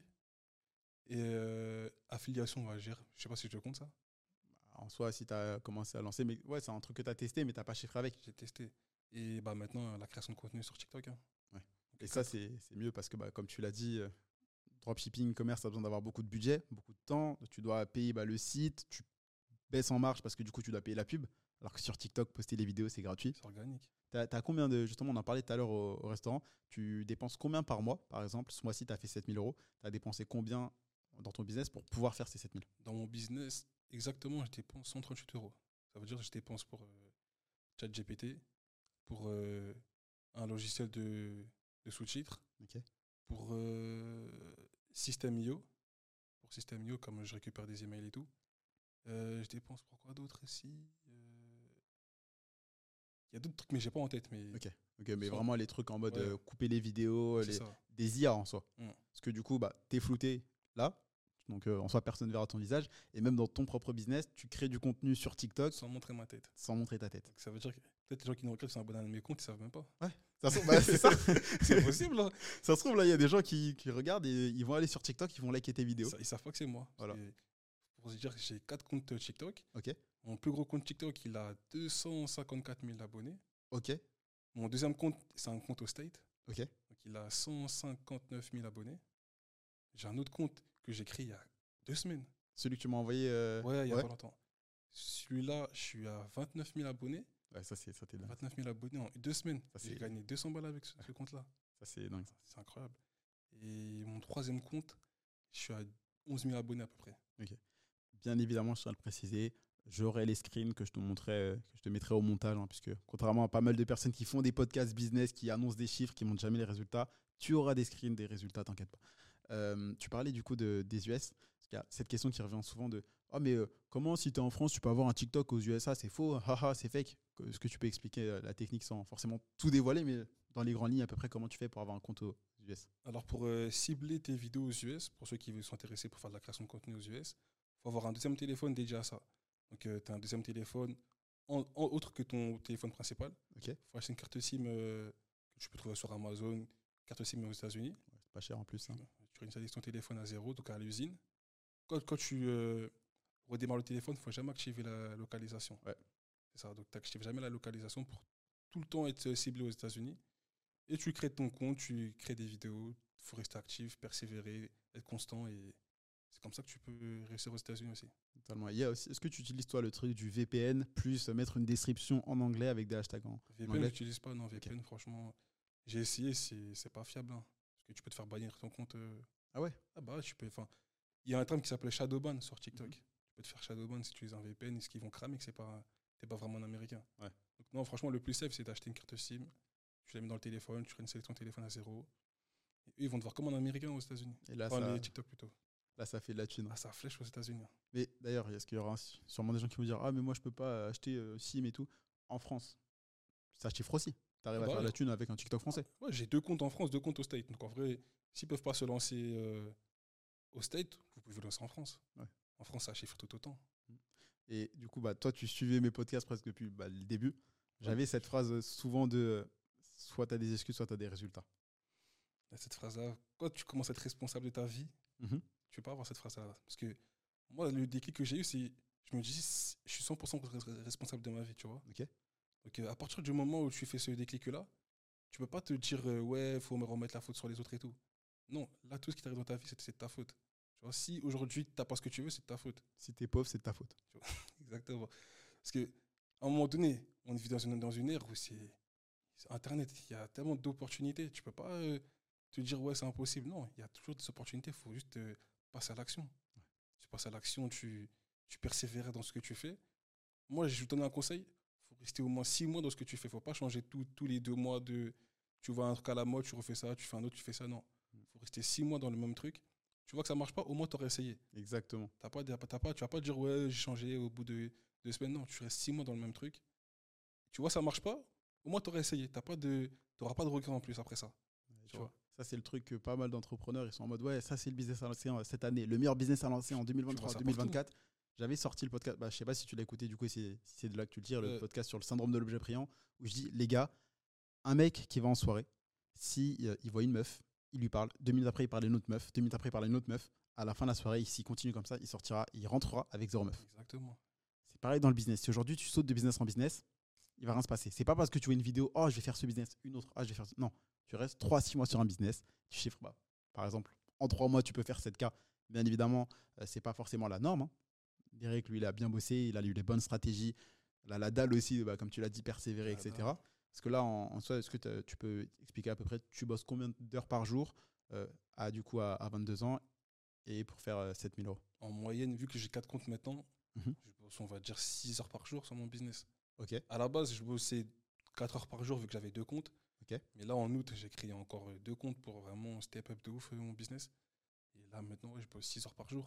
Et euh, affiliation, on va gérer. Je sais pas si je te compte ça. En soi, si tu as commencé à lancer, mais ouais, c'est un truc que tu as testé, mais tu n'as pas chiffré avec. J'ai testé. Et bah maintenant, la création de contenu sur TikTok. Hein. Ouais. Et ça, c'est, c'est mieux parce que, bah, comme tu l'as dit, euh, dropshipping, e-commerce, tu as besoin d'avoir beaucoup de budget, beaucoup de temps. Tu dois payer bah, le site, tu baisses en marge parce que du coup, tu dois payer la pub. Alors que sur TikTok, poster les vidéos, c'est gratuit. C'est organique. Tu as combien de. Justement, on en parlait tout à l'heure au, au restaurant. Tu dépenses combien par mois, par exemple? Ce mois-ci, tu as fait sept mille euros. Tu as dépensé combien dans ton business pour pouvoir faire ces sept mille? Dans mon business, exactement, je dépense cent trente-huit euros. Ça veut dire que je dépense pour euh, ChatGPT, pour euh, un logiciel de, de sous-titres, okay. pour euh, System.io, pour System.io, comme je récupère des emails et tout. Euh, je dépense pour quoi d'autre ici? Il euh... y a d'autres trucs, mais j'ai pas en tête. Mais ok, okay mais vraiment les trucs en mode ouais. euh, couper les vidéos, les... des I A en soi. Mm. Parce que du coup, bah, tu es flouté là. Donc, euh, en soi, personne ne verra ton visage. Et même dans ton propre business, tu crées du contenu sur TikTok. Sans montrer ma tête. Sans montrer ta tête. Donc, ça veut dire que peut-être les gens qui nous regardent, qui sont abonnés à mes comptes, ils savent même pas. Ouais. Ça se trouve, bah, c'est ça. C'est possible. Hein. Ça se trouve, là, il y a des gens qui, qui regardent et ils vont aller sur TikTok, ils vont liker tes vidéos. Ils, ils savent pas que c'est moi. Voilà. Pour se dire que j'ai quatre comptes TikTok. Ok. Mon plus gros compte TikTok, il a deux cent cinquante-quatre mille abonnés. Ok. Mon deuxième compte, c'est un compte au State. Ok. Donc, il a cent cinquante-neuf mille abonnés. J'ai un autre compte que j'ai créé il y a deux semaines. Celui que tu m'as envoyé euh... Ouais, il y a ouais. pas longtemps. Celui-là, je suis à vingt-neuf mille abonnés. Ouais, ça, c'est, ça, t'es dingue. vingt-neuf mille abonnés en deux semaines. Ça, j'ai gagné deux cents balles avec ce, ce compte-là. Ça, c'est dingue. C'est incroyable. Et mon troisième compte, je suis à onze mille abonnés à peu près. Ok. Bien évidemment, je tiens à le préciser, j'aurai les screens que je te montrerai, que je te mettrai au montage, hein, puisque contrairement à pas mal de personnes qui font des podcasts business, qui annoncent des chiffres, qui montrent jamais les résultats, tu auras des screens, des résultats, t'inquiète pas. Euh, tu parlais du coup de, des U S, parce qu'il y a cette question qui revient souvent de « Oh mais euh, comment si tu es en France, tu peux avoir un TikTok aux U S A, c'est faux, haha, c'est fake ». Est-ce que tu peux expliquer la technique sans forcément tout dévoiler, mais dans les grandes lignes à peu près comment tu fais pour avoir un compte aux U S? Alors pour euh, cibler tes vidéos aux U S, pour ceux qui sont intéressés pour faire de la création de contenu aux U S, il faut avoir un deuxième téléphone dédié à ça. Donc euh, tu as un deuxième téléphone en, en, autre que ton téléphone principal. Il okay. faut acheter une carte SIM euh, que tu peux trouver sur Amazon, carte SIM aux États-Unis. Ouais, c'est pas cher en plus. Hein. Tu réinstalles ton téléphone à zéro, donc à l'usine. Quand, quand tu euh, redémarres le téléphone, il ne faut jamais activer la localisation. Ouais. C'est ça, donc tu n'actives jamais la localisation pour tout le temps être ciblé aux États-Unis. Et tu crées ton compte, tu crées des vidéos, il faut rester actif, persévérer, être constant et c'est comme ça que tu peux réussir aux États-Unis aussi. Totalement. Il y a aussi, est-ce que tu utilises toi le truc du V P N plus mettre une description en anglais avec des hashtags en V P N, je n'utilise pas. Non, V P N, okay. Franchement, j'ai essayé, c'est, c'est pas fiable. Hein, parce que tu peux te faire bannir ton compte. Euh... Ah ouais? Ah bah, tu peux. Enfin, il y a un terme qui s'appelle shadowban sur TikTok. Mm-hmm. Tu peux te faire shadowban si tu utilises un V P N. Est-ce qu'ils vont cramer que c'est pas, t'es pas vraiment un Américain? Ouais. Donc non, franchement, le plus safe, c'est d'acheter une carte SIM. Tu la mets dans le téléphone, tu réinstalles ton téléphone à zéro. Et eux, ils vont te voir comme un Américain aux États-Unis. Et là, enfin, ça... les TikTok plutôt. Là, ça fait de la thune. Ah, ça flèche aux États-Unis. Mais d'ailleurs, est-ce qu'il y aura sûrement des gens qui vont dire ah mais moi je peux pas acheter euh, SIM et tout en France? Ça chiffre aussi. T'arrives Ah à bah faire de ouais. la thune avec un TikTok français. Ouais, j'ai deux comptes en France, deux comptes au State. Donc en vrai, s'ils peuvent pas se lancer euh, au State, vous pouvez vous lancer en France. Ouais. En France, ça chiffre tout autant. Et du coup, bah, toi, tu suivais mes podcasts presque depuis bah, le début. Ouais. J'avais cette phrase euh, souvent de euh, soit tu as des excuses, soit tu as des résultats. Et cette phrase-là, quand tu commences à être responsable de ta vie, Mhm. tu peux pas avoir cette phrase-là. Parce que moi, le déclic que j'ai eu, c'est je me dis, c'est- je suis cent pour cent res- responsable de ma vie, tu vois. Ok. Donc euh, à partir du moment où tu fais ce déclic-là, tu peux pas te dire, euh, ouais, faut me remettre la faute sur les autres et tout. Non, là, tout ce qui t'arrive dans ta vie, c'est c'est de ta faute. Tu vois, si aujourd'hui, t'as pas ce que tu veux, c'est de ta faute. Si t'es pauvre, c'est de ta faute. Exactement. Parce que à un moment donné, on vit dans une, dans une ère où c'est c'est Internet. Il y a tellement d'opportunités. Tu peux pas euh, te dire, ouais, c'est impossible. Non, il y a toujours des opportunités. Il faut juste euh, passer à l'action. Tu passes à l'action, tu, tu persévères dans ce que tu fais. Moi, je vais te donner un conseil. Il faut rester au moins six mois dans ce que tu fais. Il ne faut pas changer tout, tous les deux mois de. Tu vois un truc à la mode, tu refais ça, tu fais un autre, tu fais ça. Non. Il faut rester six mois dans le même truc. Tu vois que ça ne marche pas, au moins tu aurais essayé. Exactement. T'as pas, t'as pas, tu vas pas dire, ouais, j'ai changé au bout de deux semaines. Non, tu restes six mois dans le même truc. Tu vois, ça marche pas, au moins tu aurais essayé. Tu n'auras pas de regret en plus après ça. Ouais, Tu tu vois. vois. Ça, c'est le truc que pas mal d'entrepreneurs, ils sont en mode, ouais, ça, c'est le business à lancer en- cette année. Le meilleur business à lancer en Tu vois ça partout. deux mille vingt-trois deux mille vingt-quatre. J'avais sorti le podcast, bah, je sais pas si tu l'as écouté, du coup, si si c'est de là que tu le tires, le Euh, podcast sur le syndrome de l'objet brillant, où je dis, les gars, un mec qui va en soirée, si euh, il voit une meuf, il lui parle, deux minutes après, il parle à une autre meuf, deux minutes après, il parle à une autre meuf, à la fin de la soirée, s'il continue comme ça, il sortira, il rentrera avec zéro meuf. exactement. C'est pareil dans le business. Si aujourd'hui tu sautes de business en business, il va rien se passer. C'est pas parce que tu vois une vidéo, oh, je vais faire ce business, une autre, ah, je vais faire. ce- Non, tu restes trois à six mois sur un business, tu chiffres. Bah, par exemple, en trois mois, tu peux faire sept K. Bien évidemment, euh, c'est pas forcément la norme. Hein. Derek, lui, il a bien bossé, il a eu les bonnes stratégies. La, la dalle aussi, bah, comme tu l'as dit, persévérer, La dalle. et cetera. Parce que là, en, en soi, est-ce que t'as- tu peux expliquer à peu près, tu bosses combien d'heures par jour euh, à, du coup, à, à vingt-deux ans et pour faire euh, sept mille euros. En moyenne, vu que j'ai quatre comptes maintenant, Mhm. je bosse, on va dire, six heures par jour sur mon business. Ok, À la base, je bossais quatre heures par jour vu que j'avais deux comptes. ok. Mais là, en août, j'ai créé encore euh, deux comptes pour vraiment step up de ouf euh, mon business. Et là, maintenant, ouais, je bosse six heures par jour.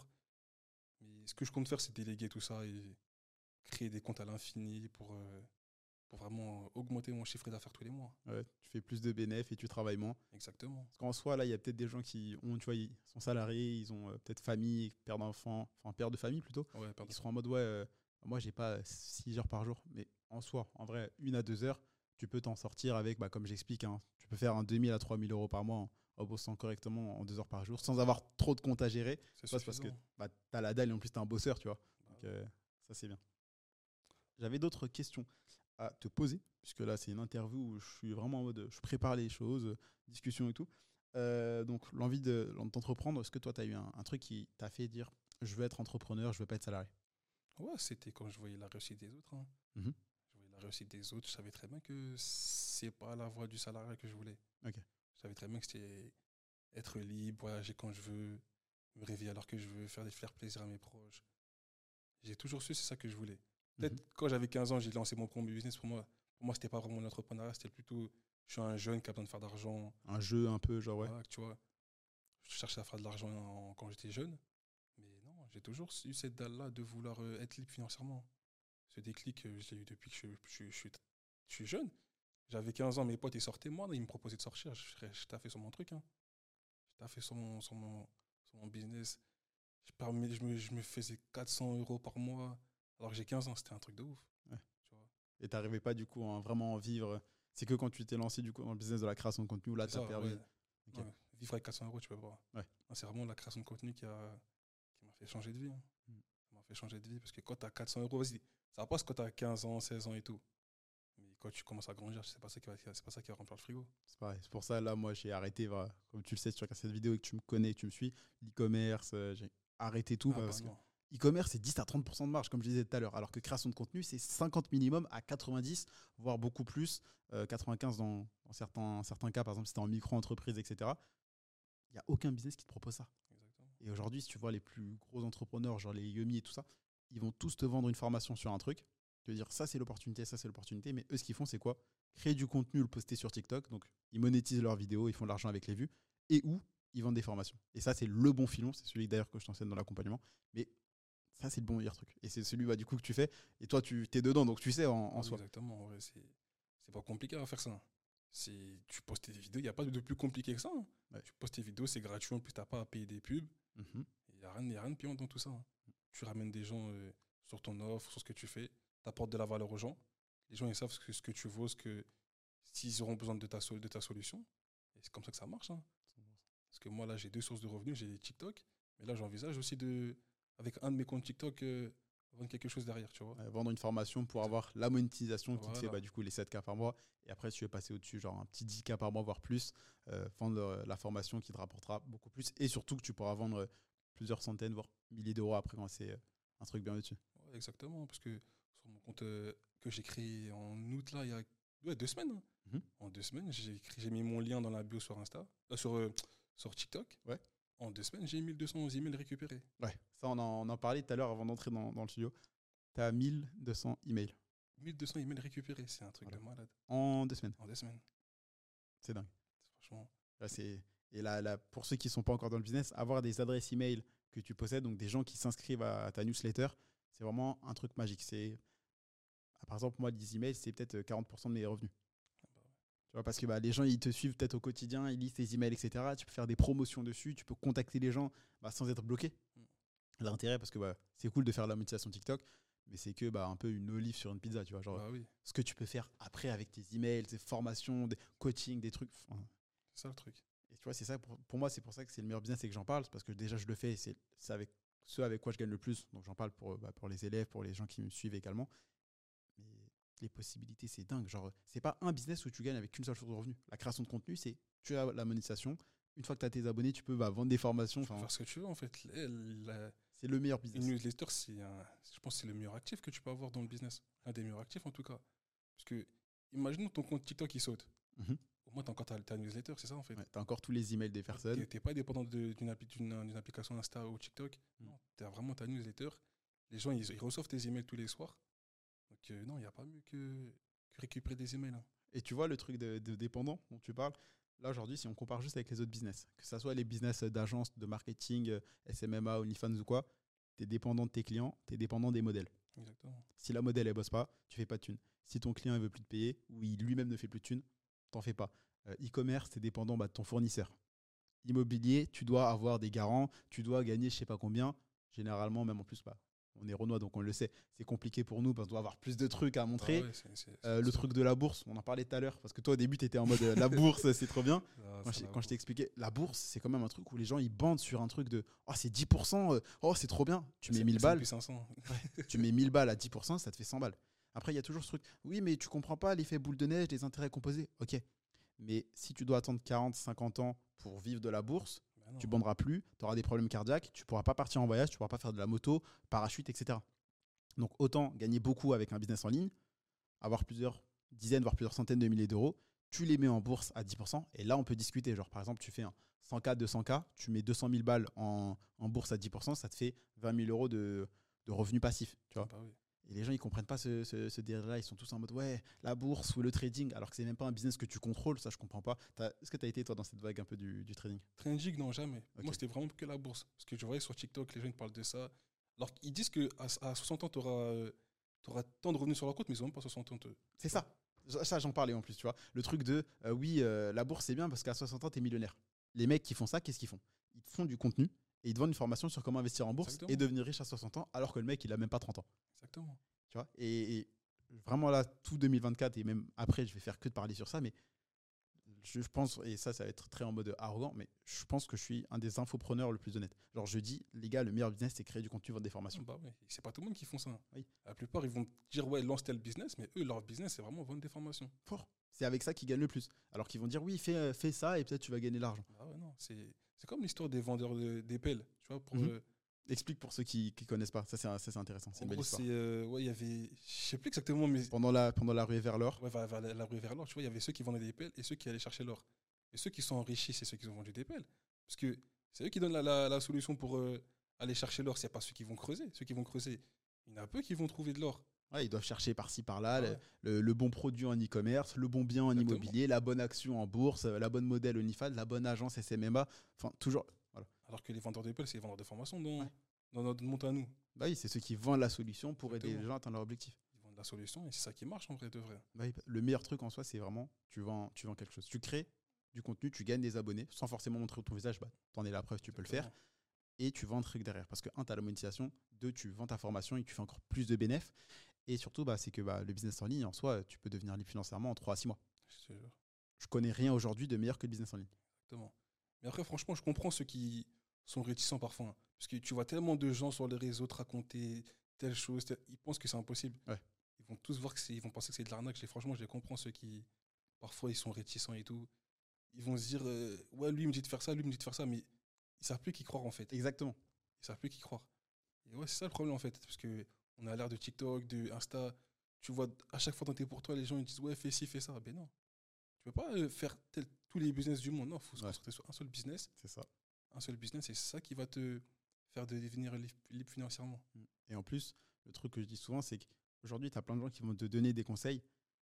Mais ce que je compte faire, c'est déléguer tout ça et créer des comptes à l'infini pour, euh, pour vraiment augmenter mon chiffre d'affaires tous les mois. Ouais, tu fais plus de bénéfices et tu travailles moins. Exactement. Parce qu'en soi, là, il y a peut-être des gens qui ont, tu vois, ils sont salariés, ils ont euh, peut-être famille, père d'enfant, enfin père de famille plutôt, Ouais, et qui pardon. seront en mode, ouais, euh, moi, j'ai pas six heures par jour. Mais en soi, en vrai, une à deux heures, tu peux t'en sortir avec, bah, comme j'explique, hein, tu peux faire un deux mille à trois mille euros par mois en, en bossant correctement en deux heures par jour, sans avoir trop de comptes à gérer. C'est Soit c'est parce que suffisant. bah, tu as la dalle et en plus, tu es un bosseur, tu vois. Bah Donc, ouais. euh, ça, c'est bien. J'avais d'autres questions à te poser, puisque là, c'est une interview où je suis vraiment en mode, je prépare les choses, euh, discussion et tout. Euh, donc, l'envie de- d'entreprendre, est-ce que toi, tu as eu un, un truc qui t'a fait dire, je veux être entrepreneur, je veux pas être salarié? Ouais, c'était quand je voyais la réussite des autres. Hein. Mhm. Je voyais la réussite des autres. Je savais très bien que c'est pas la voie du salariat que je voulais. Ok. Je savais très bien que c'était être libre, voyager quand je veux, me réveiller alors que je veux, faire, des- faire plaisir à mes proches. J'ai toujours su, c'est ça que je voulais. Peut-être Mhm. quand j'avais quinze ans, j'ai lancé mon premier business. Pour moi, pour moi c'était pas vraiment l'entrepreneuriat, c'était plutôt, je suis un jeune qui a besoin de faire d'argent. Un jeu un peu, genre, ouais. Voilà, tu vois, je cherchais à faire de l'argent en- quand j'étais jeune. Mais non, j'ai toujours eu cette dalle-là de vouloir euh, être libre financièrement. Ce déclic, euh, je l'ai eu depuis que je, je- je suis, je suis jeune. J'avais quinze ans, mes potes ils sortaient, moi, ils me proposaient de sortir. Je, je taffais sur mon truc. Hein. Je taffais sur mon, sur mon, sur mon business. Je, permets- je, me, je me faisais quatre cents euros par mois alors que j'ai quinze ans. C'était un truc de ouf. Ouais. Tu vois. Et t'arrivais pas, du coup, à vraiment en vivre. C'est que quand tu t'es lancé, du coup, dans le business de la création de contenu, où là, C'est tu as ça, ouais. permis. Ok. Ouais. Vivre avec quatre cents euros, tu peux pas. Ouais. Non, c'est vraiment la création de contenu qui a, qui m'a fait changer de vie. Hein. Mm. Ça m'a fait changer de vie parce que quand tu as quatre cents euros, vas-y, ça passe quand tu as quinze ans, seize ans et tout. Mais quand tu commences à grandir, c'est pas ça qui va, c'est pas ça qui va remplir le frigo. C'est pareil. C'est pour ça, là, moi, j'ai arrêté, voilà, comme tu le sais, si tu regardes cette vidéo et que tu me connais, que tu me suis, l'e-commerce, euh, j'ai arrêté tout Ah bah parce que non. e-commerce, c'est dix à trente pour cent de marge, comme je disais tout à l'heure, alors que création de contenu, c'est cinquante minimum à quatre-vingt-dix, voire beaucoup plus, euh, quatre-vingt-quinze dans, dans certains, certains cas, par exemple, si tu es en micro-entreprise, et cetera. Il n'y a aucun business qui te propose ça. Exactement. Et aujourd'hui, si tu vois les plus gros entrepreneurs, genre les Yumi et tout ça, ils vont tous te vendre une formation sur un truc, te dire ça c'est l'opportunité, ça c'est l'opportunité, mais eux ce qu'ils font c'est quoi? Créer du contenu, le poster sur TikTok, donc ils monétisent leurs vidéos, ils font de l'argent avec les vues, et où ils vendent des formations. Et ça c'est le bon filon, c'est celui d'ailleurs que je t'enseigne dans l'accompagnement, mais ça c'est le bon meilleur truc. Et c'est celui bah, du coup que tu fais, et toi tu es dedans, donc tu sais en, Ah en oui, soi. exactement. En vrai, c'est, c'est pas compliqué à faire ça. C'est, tu postes des vidéos, il n'y a pas de plus compliqué que ça. Hein. Ouais. Tu postes tes vidéos, c'est gratuit, en plus, tu n'as pas à payer des pubs. Mhm. Il n'y a, y a rien de payant dans tout ça. Hein. Tu ramènes des gens euh, sur ton offre, sur ce que tu fais, tu apportes de la valeur aux gens. Les gens, ils savent ce que, ce que tu vaux, ce que, s'ils auront besoin de ta, so- de ta solution. Et c'est comme ça que ça marche. Hein. Parce que moi, là, j'ai deux sources de revenus. J'ai TikTok, mais là, j'envisage aussi de, avec un de mes comptes TikTok, euh, vendre quelque chose derrière, tu vois. Ouais, vendre une formation pour avoir la monétisation qui te fait Voilà. bah, du coup les sept K par mois. Et après, si tu veux passer au-dessus, genre un petit dix K par mois, voire plus, euh, vendre euh, la formation qui te rapportera beaucoup plus. Et surtout que tu pourras vendre euh, plusieurs centaines, voire milliers d'euros après quand c'est euh, un truc bien au-dessus. Ouais, exactement, parce que sur mon compte euh, que j'ai créé en août, là, il y a ouais, deux semaines. Hein. Mhm. En deux semaines, j'ai, créé- j'ai mis mon lien dans la bio sur Insta, euh, sur, euh, sur TikTok. Ouais. En deux semaines, j'ai mille deux cents emails récupérés. Ouais, ça on en, on en parlait tout à l'heure avant d'entrer dans, dans le studio. Tu as mille deux cents emails mille deux cents emails récupérés, c'est un truc Voilà. de malade. en deux semaines. En deux semaines, C'est dingue. franchement. Là, c'est... Et là, là, pour ceux qui ne sont pas encore dans le business, avoir des adresses email que tu possèdes, donc des gens qui s'inscrivent à ta newsletter, c'est vraiment un truc magique. C'est... Par exemple, moi, les emails, c'est peut-être quarante pour cent de mes revenus. Tu vois, parce que bah, les gens, ils te suivent peut-être au quotidien, ils lisent tes emails, et cetera. Tu peux faire des promotions dessus, tu peux contacter les gens bah, sans être bloqué. Mm. L'intérêt, parce que bah, c'est cool de faire la monétisation TikTok, mais c'est que bah, un peu une olive sur une pizza. Tu vois, genre, Bah oui, ce que tu peux faire après avec tes emails, tes formations, des coachings, des trucs. Enfin, c'est ça le truc. et tu vois, c'est ça, pour, pour moi, c'est pour ça que c'est le meilleur business et que j'en parle, c'est parce que déjà, je le fais, et c'est, c'est avec ceux avec quoi je gagne le plus. Donc, j'en parle pour, bah, pour les élèves, pour les gens qui me suivent également. Mais les possibilités, c'est dingue. Genre, c'est pas un business où tu gagnes avec qu'une seule source de revenus. La création de contenu, c'est tu as la monétisation. Une fois que tu as tes abonnés, tu peux bah, vendre des formations. Tu peux Enfin, faire ce que tu veux, en fait. La- la- c'est le meilleur une business. newsletter, c'est un, je pense que c'est le meilleur actif que tu peux avoir dans le business. Un des meilleurs actifs, en tout cas. Parce que, imaginons ton compte TikTok qui saute. Mhm. Au moins, tu as encore ta, ta newsletter, c'est ça, en fait. Ouais, tu as encore tous les emails des personnes. Tu n'es pas dépendant de- d'une appli- d'une- d'une application Insta ou TikTok. Mm. Non, tu as vraiment ta newsletter. Les gens, ils, ils reçoivent tes emails tous les soirs. Donc, euh, non, il n'y a pas mieux que, que récupérer des emails. Hein. Et tu vois le truc de, de dépendant dont tu parles. Là, aujourd'hui, si on compare juste avec les autres business, que ce soit les business d'agence, de marketing, euh, S M M A, OnlyFans ou quoi, tu es dépendant de tes clients, tu es dépendant des modèles. Exactement. Si la modèle, elle bosse pas, tu fais pas de thunes. Si ton client, il veut plus te payer ou il lui-même ne fait plus de thunes, t'en fais pas. Euh, e-commerce, tu es dépendant bah, de ton fournisseur. Immobilier, tu dois avoir des garants, tu dois gagner je sais pas combien. Généralement, même en plus, bah, on est Renoir, donc on le sait, c'est compliqué pour nous parce qu'on doit avoir plus de trucs à montrer. Ah ouais, c'est- c'est- Euh, c'est le ça. truc de la bourse, on en parlait tout à l'heure, parce que toi au début tu étais en mode euh, la bourse c'est trop bien. Ah, Quand ça, je, la quand je t'ai bourse. expliqué, la bourse c'est quand même un truc où les gens ils bandent sur un truc de oh c'est dix pour cent, euh, oh c'est trop bien. Tu mets C'est- mille c'est balles, depuis cinq cents. tu mets mille balles à dix pour cent, ça te fait cent balles. Après il y a toujours ce truc, oui mais tu comprends pas l'effet boule de neige, les intérêts composés. Ok, mais si tu dois attendre quarante, cinquante ans pour vivre de la bourse, Bah non. tu banderas plus, tu auras des problèmes cardiaques, tu pourras pas partir en voyage, tu pourras pas faire de la moto, parachute, et cetera. Donc autant gagner beaucoup avec un business en ligne, avoir plusieurs dizaines, voire plusieurs centaines de milliers d'euros, tu les mets en bourse à dix pour cent, et là on peut discuter. Genre par exemple, tu fais un cent K, deux cents K, tu mets deux cent mille balles en, en bourse à dix pour cent, ça te fait vingt mille euros de, de revenus passifs. Tu vois. Bah oui. Et les gens ils comprennent pas ce, ce, ce délire-là, ils sont tous en mode ouais, la bourse ou le trading, alors que c'est même pas un business que tu contrôles, ça je comprends pas. T'as- Est-ce que tu as été toi dans cette vague un peu du, du trading? Trading, non, jamais. Ok. Moi, c'était vraiment que la bourse. Parce que je voyais sur TikTok, les gens ils parlent de ça. Alors qu'ils disent qu'à à soixante ans, tu auras, tant de revenus sur la compte, mais ils n'ont même pas soixante ans. eux. C'est ça. Ça, j'en parlais en plus, tu vois. Le truc de, euh, oui, euh, la bourse, c'est bien parce qu'à soixante ans, t'es millionnaire. Les mecs qui font ça, qu'est-ce qu'ils font? Ils te font du contenu et ils te vendent une formation sur comment investir en bourse Exactement. et devenir riche à soixante ans, alors que le mec, il a même pas trente ans. Exactement. Tu vois. Et, et vraiment là, tout deux mille vingt-quatre et même après, je vais faire que de parler sur ça, mais je, je pense, et ça, ça va être très en mode arrogant, mais je pense que je suis un des infopreneurs le plus honnête. Genre, je dis, les gars, le meilleur business, c'est créer du contenu, vendre des formations. Bah ouais. C'est pas tout le monde qui font ça. Oui. La plupart, ils vont dire, ouais, lance tel business, mais eux, leur business, c'est vraiment vendre des formations. Fort. C'est avec ça qu'ils gagnent le plus. Alors qu'ils vont dire, oui, fais, euh, fais ça et peut-être tu vas gagner de l'argent. Bah ouais, non. C'est c'est comme l'histoire des vendeurs de- des pelles. Tu vois, pour. Mhm. euh, Explique pour ceux qui ne connaissent pas. Ça, c'est ça, c'est intéressant. C'est en une belle gros, histoire. c'est. euh, ouais, il y avait. Je sais plus exactement, mais. Pendant la, pendant la ruée vers l'or. Ouais, vers, vers la, la rue vers l'or, tu vois, il y avait ceux qui vendaient des pelles et ceux qui allaient chercher l'or. Et ceux qui sont enrichis, c'est ceux qui ont vendu des pelles. Parce que c'est eux qui donnent la, la, la solution pour euh, aller chercher l'or. C'est pas ceux qui vont creuser. Ceux qui vont creuser, il y en a peu qui vont trouver de l'or. Ouais, ils doivent chercher par-ci, par-là, Ah le, ouais. le- le bon produit en e-commerce, le bon bien en Exactement. immobilier, la bonne action en bourse, euh, la bonne modèle OnlyFans, la bonne agence S M M A. Enfin, toujours. Voilà. Alors que les vendeurs de pelles, c'est les vendeurs de formation dans, Ouais. dans notre monde à nous. Bah oui, c'est ceux qui vendent la solution pour aider Exactement. les gens à atteindre leur objectif. Ils vendent la solution et c'est ça qui marche en vrai de vrai. Ouais, le meilleur truc en soi, c'est vraiment, tu vends, tu vends quelque chose. Tu crées du contenu, tu gagnes des abonnés, sans forcément montrer ton visage, bah, t'en es la preuve, tu peux le faire. Exactement. Et tu vends un truc derrière. Parce que, un, tu as la monétisation, deux, tu vends ta formation et tu fais encore plus de bénéfices. Et surtout, bah, c'est que bah, le business en ligne, en soi, tu peux devenir libre financièrement en trois à six mois. Je te jure. Je connais rien aujourd'hui de meilleur que le business en ligne. Exactement. Mais après, franchement, je comprends ceux qui sont réticents parfois, hein. Parce que tu vois tellement de gens sur les réseaux te raconter telle chose, telle- ils pensent que c'est impossible. Ouais. Ils vont tous voir que c'est, ils vont penser que c'est de l'arnaque. Et franchement, je les comprends, ceux qui, parfois, ils sont réticents et tout. Ils vont se dire, euh, ouais, lui, il me dit de faire ça, lui, il me dit de faire ça, mais ils savent plus qui croire, en fait. Exactement. Ils savent plus qui croire. Et ouais, c'est ça le problème, en fait. Parce que on a l'air de TikTok, de Insta. Tu vois, à chaque fois, dans tes pour toi, les gens, ils disent, ouais, fais ci, fais ça. Ben non. Tu peux pas euh, faire tel- tous les business du monde. Non, il faut se Ouais. concentrer sur un seul business. C'est ça. Un seul business, et c'est ça qui va te faire de devenir libre, libre financièrement. Et en plus, le truc que je dis souvent, c'est qu'aujourd'hui, tu as plein de gens qui vont te donner des conseils.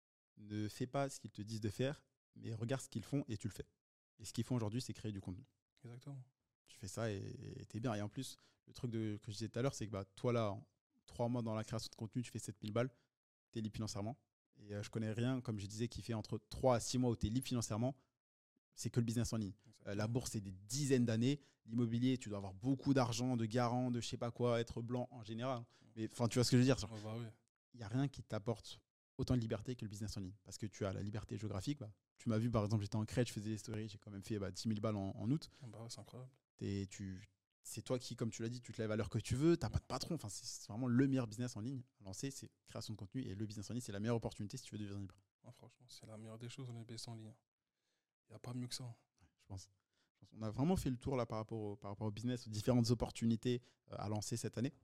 Ne fais pas ce qu'ils te disent de faire, mais regarde ce qu'ils font et tu le fais. Et ce qu'ils font aujourd'hui, c'est créer du contenu. Exactement. Tu fais ça et t'es bien. Et en plus, le truc de, que je disais tout à l'heure, c'est que bah, toi, là, en trois mois dans la création de contenu, tu fais sept mille balles, tu es libre financièrement. Et euh, je connais rien, comme je disais, qui fait entre trois à six mois où tu es libre financièrement. C'est que le business en ligne. Euh, la bourse, c'est des dizaines d'années. L'immobilier, tu dois avoir beaucoup d'argent, de garant, de je sais pas quoi, être blanc en général. Mais enfin, tu vois ce que je veux dire. Ouais, bah ouais. Il n'y a rien qui t'apporte autant de liberté que le business en ligne. Parce que tu as la liberté géographique. Bah, tu m'as vu, par exemple, j'étais en Crète, je faisais des stories, j'ai quand même fait bah, dix mille balles en, en août. Bah ouais, c'est incroyable. T'es- tu, c'est toi qui, comme tu l'as dit, tu te lèves à l'heure que tu veux, tu n'as pas de patron. Enfin, c'est c'est vraiment le meilleur business en ligne à lancer, c'est création de contenu. Et le business en ligne, c'est la meilleure opportunité si tu veux devenir libre. Ouais, franchement, c'est la meilleure des choses, on est baissé en ligne. Il n'y a pas mieux que ça. Je pense. Je pense. On a vraiment fait le tour là par rapport au, par rapport au business, aux différentes opportunités euh, à lancer cette année.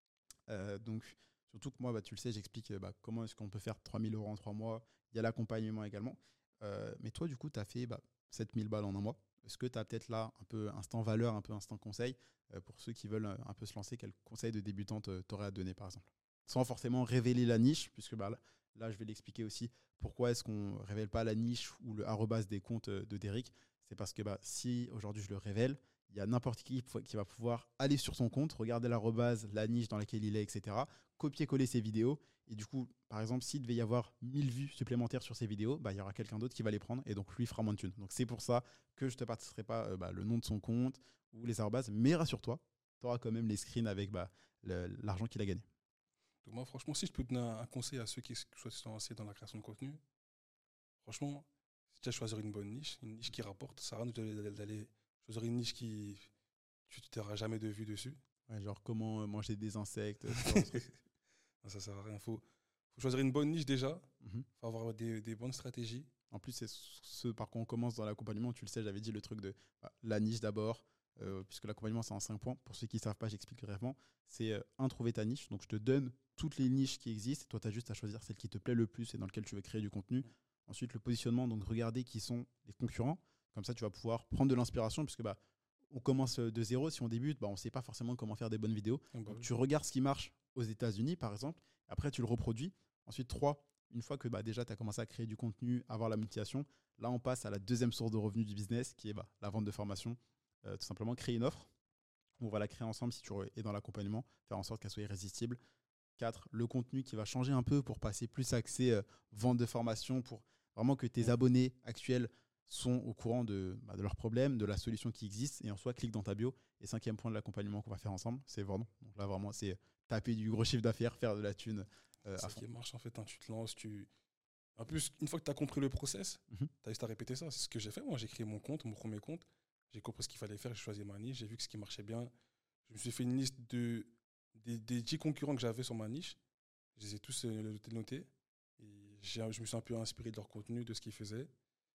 Euh, donc, surtout que moi, bah, tu le sais, j'explique euh, bah, comment est-ce qu'on peut faire trois mille euros en trois mois. Il y a l'accompagnement également. Euh, mais toi, du coup, tu as fait bah, sept mille balles en un mois. Est-ce que tu as peut-être là un peu instant valeur, un peu instant conseil euh, pour ceux qui veulent euh, un peu se lancer? Quel conseil de débutante euh, t'aurais à donner, par exemple? Sans forcément révéler la niche, puisque bah, là, là, je vais l'expliquer aussi. Pourquoi est-ce qu'on ne révèle pas la niche ou le arrobas des comptes euh, de Derrick? C'est parce que bah, si aujourd'hui je le révèle, il y a n'importe qui qui va pouvoir aller sur son compte, regarder l'arrobase, la niche dans laquelle il est, et cetera, copier-coller ses vidéos. Et du coup, par exemple, s'il devait y avoir mille vues supplémentaires sur ses vidéos, bah, il y aura quelqu'un d'autre qui va les prendre et donc lui fera moins de thunes. Donc c'est pour ça que je ne te passerai pas euh, bah, le nom de son compte ou les arrobases, mais rassure-toi, tu auras quand même les screens avec bah, le- l'argent qu'il a gagné. Donc moi, franchement, si je peux donner un, un conseil à ceux qui souhaitent se lancer dans la création de contenu, franchement, c'est déjà choisir une bonne niche, une niche qui rapporte. Ça sert à rien d'aller d'aller choisir une niche qui tu n'auras jamais de vue dessus. Ouais, genre comment euh, manger des insectes. ce genre de trucs. Non, ça sert à rien. Il faut, faut choisir une bonne niche déjà. Mhm. Il faut avoir des, des bonnes stratégies. En plus, c'est ce par quoi on commence dans l'accompagnement. Tu le sais, j'avais dit le truc de bah, la niche d'abord, euh, puisque l'accompagnement, c'est en cinq points. Pour ceux qui ne savent pas, j'explique brièvement. C'est euh, un, trouver ta niche. Donc, je te donne toutes les niches qui existent. Et toi, tu as juste à choisir celle qui te plaît le plus et dans laquelle tu veux créer du contenu. Ensuite, le positionnement. Donc, regarder qui sont les concurrents. Comme ça, tu vas pouvoir prendre de l'inspiration, puisque bah, on commence de zéro. Si on débute, bah, on ne sait pas forcément comment faire des bonnes vidéos. Ah bah Donc, oui. tu regardes ce qui marche aux États-Unis, par exemple. Après, tu le reproduis. Ensuite, trois, une fois que bah, déjà tu as commencé à créer du contenu, avoir la monétisation, là on passe à la deuxième source de revenus du business qui est bah, la vente de formation. Euh, tout simplement créer une offre. On va la créer ensemble si tu es dans l'accompagnement, faire en sorte qu'elle soit irrésistible. quatre, le contenu qui va changer un peu pour passer plus axé euh, vente de formation, pour vraiment que tes Ouais. abonnés actuels sont au courant de, bah, de leurs problèmes, de la solution qui existe, et en soi clique dans ta bio. Et cinquième point de l'accompagnement qu'on va faire ensemble, c'est vendre. Donc là vraiment c'est taper du gros chiffre d'affaires, faire de la thune. Euh, C'est à ça fond. qui marche en fait. Hein. Tu te lances, tu. En plus, une fois que tu as compris le process, Mhm. tu as juste à répéter ça. C'est ce que j'ai fait. Moi, j'ai créé mon compte, mon premier compte. J'ai compris ce qu'il fallait faire. J'ai choisi ma niche. J'ai vu que ce qui marchait bien. Je me suis fait une liste de, des, des dix concurrents que j'avais sur ma niche. Je les ai tous euh, notés. Et j'ai- je me suis un peu inspiré de leur contenu, de ce qu'ils faisaient.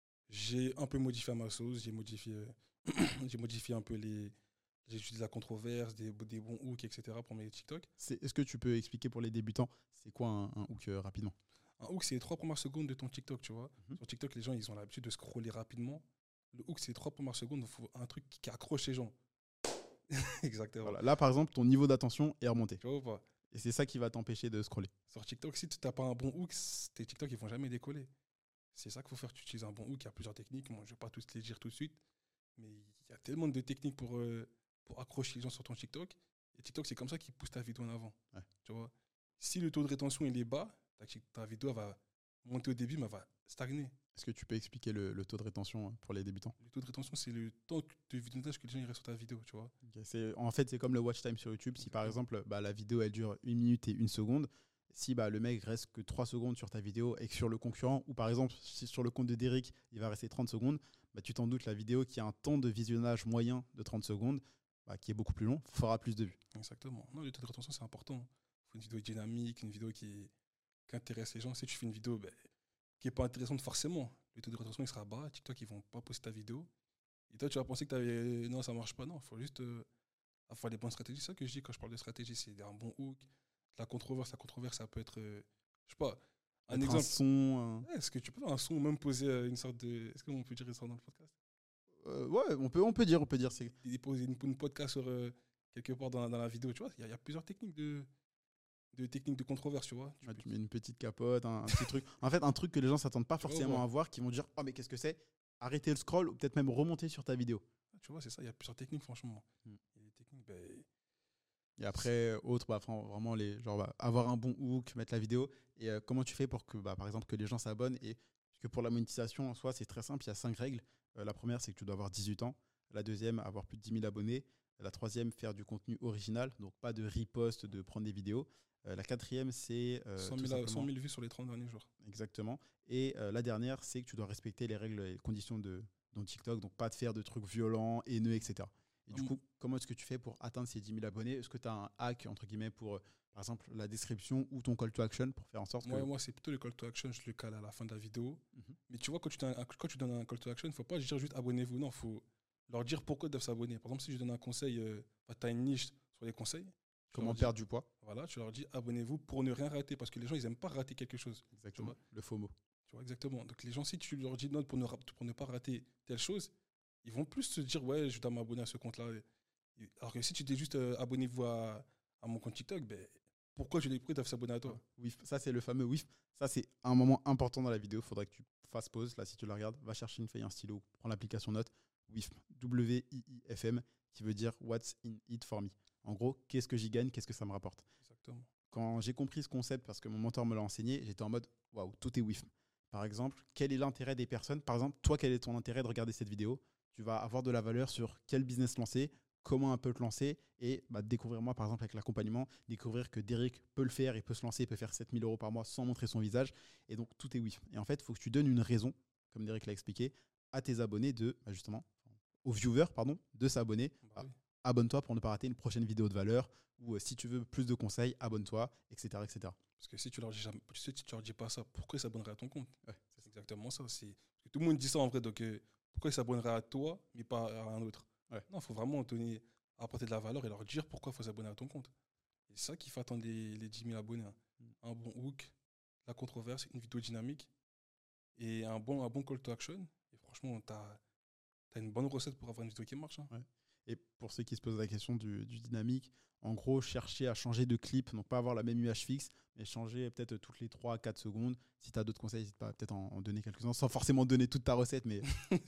J'ai un peu modifié à ma sauce. J'ai modifié, j'ai modifié un peu les. J'ai utilisé la controverse, des, des bons hooks, et cetera pour mes TikTok. C'est- Est-ce que tu peux expliquer pour les débutants, c'est quoi un, un hook euh, rapidement? Un hook, c'est les trois premières secondes de ton TikTok, tu vois. Mhm. Sur TikTok, les gens, ils ont l'habitude de scroller rapidement. Le hook, c'est les trois premières secondes. Il faut un truc qui, qui accroche les gens. Exactement. Voilà. Là, par exemple, ton niveau d'attention est remonté. Tu vois ou pas? Et c'est ça qui va t'empêcher de scroller. Sur TikTok, si tu n'as pas un bon hook, c- tes TikTok, ils vont jamais décoller. C'est ça qu'il faut faire. Tu utilises un bon hook. Il y a plusieurs techniques. Moi, je ne vais pas tous les dire tout de suite. Mais il y a tellement de techniques pour, euh, pour accrocher les gens sur ton TikTok. Et TikTok, c'est comme ça qu'ils pousse ta vidéo en avant. Ouais. Tu vois? Si le taux de rétention il est bas, ta, ta vidéo elle va monter au début, mais elle va stagner. Est-ce que tu peux expliquer le, le taux de rétention pour les débutants? Le taux de rétention, c'est le temps de visionnage que les gens ils restent sur ta vidéo, tu vois. Okay, c'est, en fait, c'est comme le watch time sur YouTube. Si par exemple, bah, la vidéo elle dure une minute et une seconde, si bah, le mec reste que trois secondes sur ta vidéo et que sur le concurrent, ou par exemple, si sur le compte de Derrick, il va rester trente secondes, bah, tu t'en doutes, la vidéo qui a un temps de visionnage moyen de trente secondes, bah, qui est beaucoup plus long, fera plus de vues. Exactement. Non, le taux de rétention, c'est important. Il faut une vidéo dynamique, une vidéo qui, qui intéresse les gens. Si tu fais une vidéo bah, qui n'est pas intéressante forcément, le taux de rétention il sera bas. TikTok, ils vont pas poster ta vidéo. Et toi, tu vas penser que t'avais... non, ça marche pas. Non, il faut juste euh, avoir des bonnes stratégies. C'est ça que je dis quand je parle de stratégie. C'est un bon hook. La controverse, la controverse, ça peut être, euh, je sais pas, un Être exemple. un son. Un... Ouais, est-ce que tu peux faire un son ou même poser euh, une sorte de. Est-ce qu'on peut dire ça dans le podcast? Euh, ouais, on peut, on peut dire, on peut dire. C'est... Poser une, une podcast sur euh, quelque part dans, dans la vidéo, tu vois. Il y, y, a plusieurs techniques de, de techniques de controverse, tu vois. Tu, ouais, peux... tu mets une petite capote, un, un petit truc. En fait, un truc que les gens s'attendent pas forcément vois, à voir, qui vont dire, oh mais qu'est-ce que c'est? Arrêter le scroll ou peut-être même remonter sur ta vidéo. Tu vois, c'est ça. Il y a plusieurs techniques, franchement. Mm. Et les techniques, ben. Et après, autre, bah, vraiment, les, genre, bah, avoir un bon hook, mettre la vidéo. Et euh, comment tu fais pour que, bah, par exemple, que les gens s'abonnent et que pour la monétisation, en soi, c'est très simple. Il y a cinq règles. Euh, la première, c'est que tu dois avoir dix-huit ans. La deuxième, avoir plus de dix mille abonnés. La troisième, faire du contenu original. Donc, pas de repost, de prendre des vidéos. Euh, la quatrième, c'est... Euh, cent mille vues sur les trente derniers jours. Exactement. Et euh, la dernière, c'est que tu dois respecter les règles et les conditions de, de TikTok. Donc, pas de faire de trucs violents, haineux, et cetera. Et du coup, comment est-ce que tu fais pour atteindre ces dix mille abonnés? Est-ce que tu as un hack, entre guillemets, pour, euh, par exemple, la description ou ton call to action pour faire en sorte moi, que... Moi, c'est plutôt le call to action, je le cale à la fin de la vidéo. Mm-hmm. Mais tu vois, quand tu, donnes un, quand tu donnes un call to action, il ne faut pas dire juste abonnez-vous. Non, il faut leur dire pourquoi ils doivent s'abonner. Par exemple, si je donne un conseil, euh, bah, tu as une niche sur les conseils. Comment perdre du poids? Voilà, tu leur dis abonnez-vous pour ne rien rater. Parce que les gens, ils n'aiment pas rater quelque chose. Exactement, le FOMO. Tu vois, exactement. Donc les gens, si tu leur dis non pour ne, pour ne pas rater telle chose, ils vont plus se dire ouais, je dois m'abonner à ce compte-là. Alors que si tu dis juste euh, abonnez-vous à, à mon compte TikTok, ben, pourquoi, je les, pourquoi ils doivent s'abonner à toi? Oui, ça c'est le fameux whiff. Ça c'est un moment important dans la vidéo. Il faudrait que tu fasses pause. Là, si tu la regardes, va chercher une feuille, un stylo, prends l'application Note. whiff, W I I F M, qui veut dire What's in it for me. En gros, qu'est-ce que j'y gagne, qu'est-ce que ça me rapporte. Exactement. Quand j'ai compris ce concept, parce que mon mentor me l'a enseigné, j'étais en mode waouh, tout est whiff. Par exemple, quel est l'intérêt des personnes? Par exemple, toi, quel est ton intérêt de regarder cette vidéo? Tu vas avoir de la valeur sur quel business lancer, comment un peu te lancer et bah, découvrir moi, par exemple, avec l'accompagnement, découvrir que Derrick peut le faire, il peut se lancer, il peut faire sept mille euros par mois sans montrer son visage. Et donc, tout est whiff. Et en fait, il faut que tu donnes une raison, comme Derrick l'a expliqué, à tes abonnés de, bah, justement, aux viewers, pardon, de s'abonner. Bah, oui. Abonne-toi pour ne pas rater une prochaine vidéo de valeur ou euh, si tu veux plus de conseils, abonne-toi, et cetera, et cetera. Parce que si tu leur dis jamais, tu sais, si tu leur dis pas ça, pourquoi ils s'abonneraient à ton compte? Ouais, c'est exactement ça. C'est... Parce que tout le monde dit ça en vrai, donc euh, pourquoi ils s'abonneraient à toi, mais pas à un autre? Ouais. Non, il faut vraiment donner, apporter de la valeur et leur dire pourquoi il faut s'abonner à ton compte. Et c'est ça qui fait attendre les, les dix mille abonnés. Hein. Mm. Un bon hook, la controverse, une vidéo dynamique et un bon, un bon call to action. Et franchement, tu as, as une bonne recette pour avoir une vidéo qui marche. Hein. Ouais. Et pour ceux qui se posent la question du, du dynamique, en gros, chercher à changer de clip, donc pas avoir la même image fixe, mais changer peut-être toutes les trois à quatre secondes. Si tu as d'autres conseils, n'hésite pas à peut-être en, en donner quelques-uns, sans forcément donner toute ta recette. Mais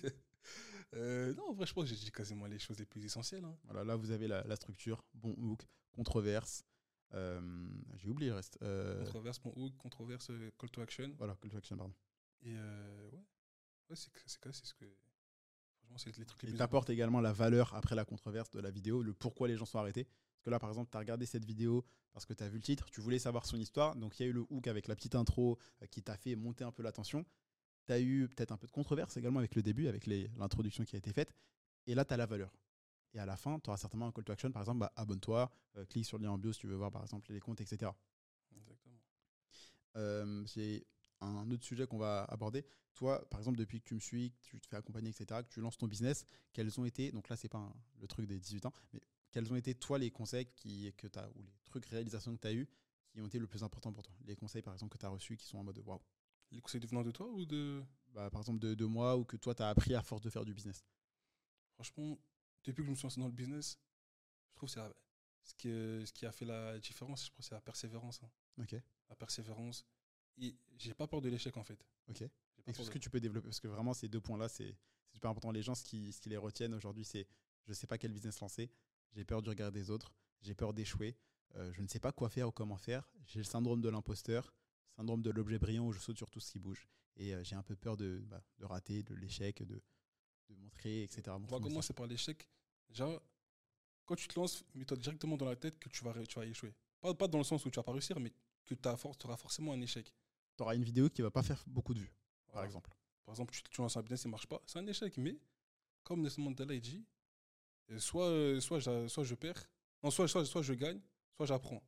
euh, non, en vrai, je pense que j'ai dit quasiment les choses les plus essentielles. Hein. Voilà, là, vous avez la, la structure, bon hook, controverse. Euh, j'ai oublié le reste. Euh... Controverse, bon hook, controverse, call to action. Voilà, call to action, pardon. Et euh, ouais, ouais c'est, c'est, c'est ce que... C'est les trucs les et plus t'apportes également la valeur après la controverse de la vidéo, le pourquoi les gens sont arrêtés. Parce que là, par exemple, tu as regardé cette vidéo parce que tu as vu le titre, tu voulais savoir son histoire. Donc, il y a eu le hook avec la petite intro euh, qui t'a fait monter un peu l'attention. Tu as eu peut-être un peu de controverse également avec le début, avec les, l'introduction qui a été faite. Et là, tu as la valeur. Et à la fin, tu auras certainement un call to action. Par exemple, bah, abonne-toi, euh, clique sur le lien en bio si tu veux voir, par exemple, les comptes, et cetera. Exactement. Euh, j'ai un autre sujet qu'on va aborder. Toi, par exemple, depuis que tu me suis, que tu te fais accompagner, et cetera, que tu lances ton business, quels ont été, donc là, c'est pas un, le truc des dix-huit ans, mais quels ont été, toi, les conseils qui, que tu as, ou les trucs, réalisations que tu as eues, qui ont été le plus important pour toi? Les conseils, par exemple, que tu as reçus qui sont en mode waouh. Les conseils venant de toi ou de. Bah, par exemple, de, de moi ou que toi, tu as appris à force de faire du business? Franchement, depuis que je me suis lancé dans le business, je trouve que c'est la, ce, qui, ce qui a fait la différence, je pense, c'est la persévérance. Hein. Ok. La persévérance. Et j'ai pas peur de l'échec, en fait. Ok. Est-ce que tu peux développer? Parce que vraiment, ces deux points-là, c'est super important. Les gens, ce qui, ce qui les retiennent aujourd'hui, c'est je sais pas quel business lancer, j'ai peur du regard des autres, j'ai peur d'échouer, euh, je ne sais pas quoi faire ou comment faire, j'ai le syndrome de l'imposteur. syndrome de l'objet brillant où je saute sur tout ce qui bouge. Et euh, j'ai un peu peur de, bah, de rater, de l'échec, de, de montrer, et cetera. On va commencer par l'échec. Déjà, quand tu te lances, mets-toi directement dans la tête que tu vas, ré- tu vas échouer. Pas, pas dans le sens où tu vas pas réussir, mais que tu auras forcément un échec. Tu auras une vidéo qui va pas faire beaucoup de vues, par Voilà. exemple. Par exemple, tu, tu lances un business, ça ne marche pas. C'est un échec, mais comme Nelson Mandela il dit, euh, soit, euh, soit, j'a- soit je perds, non, soit, soit, soit je gagne, soit j'apprends.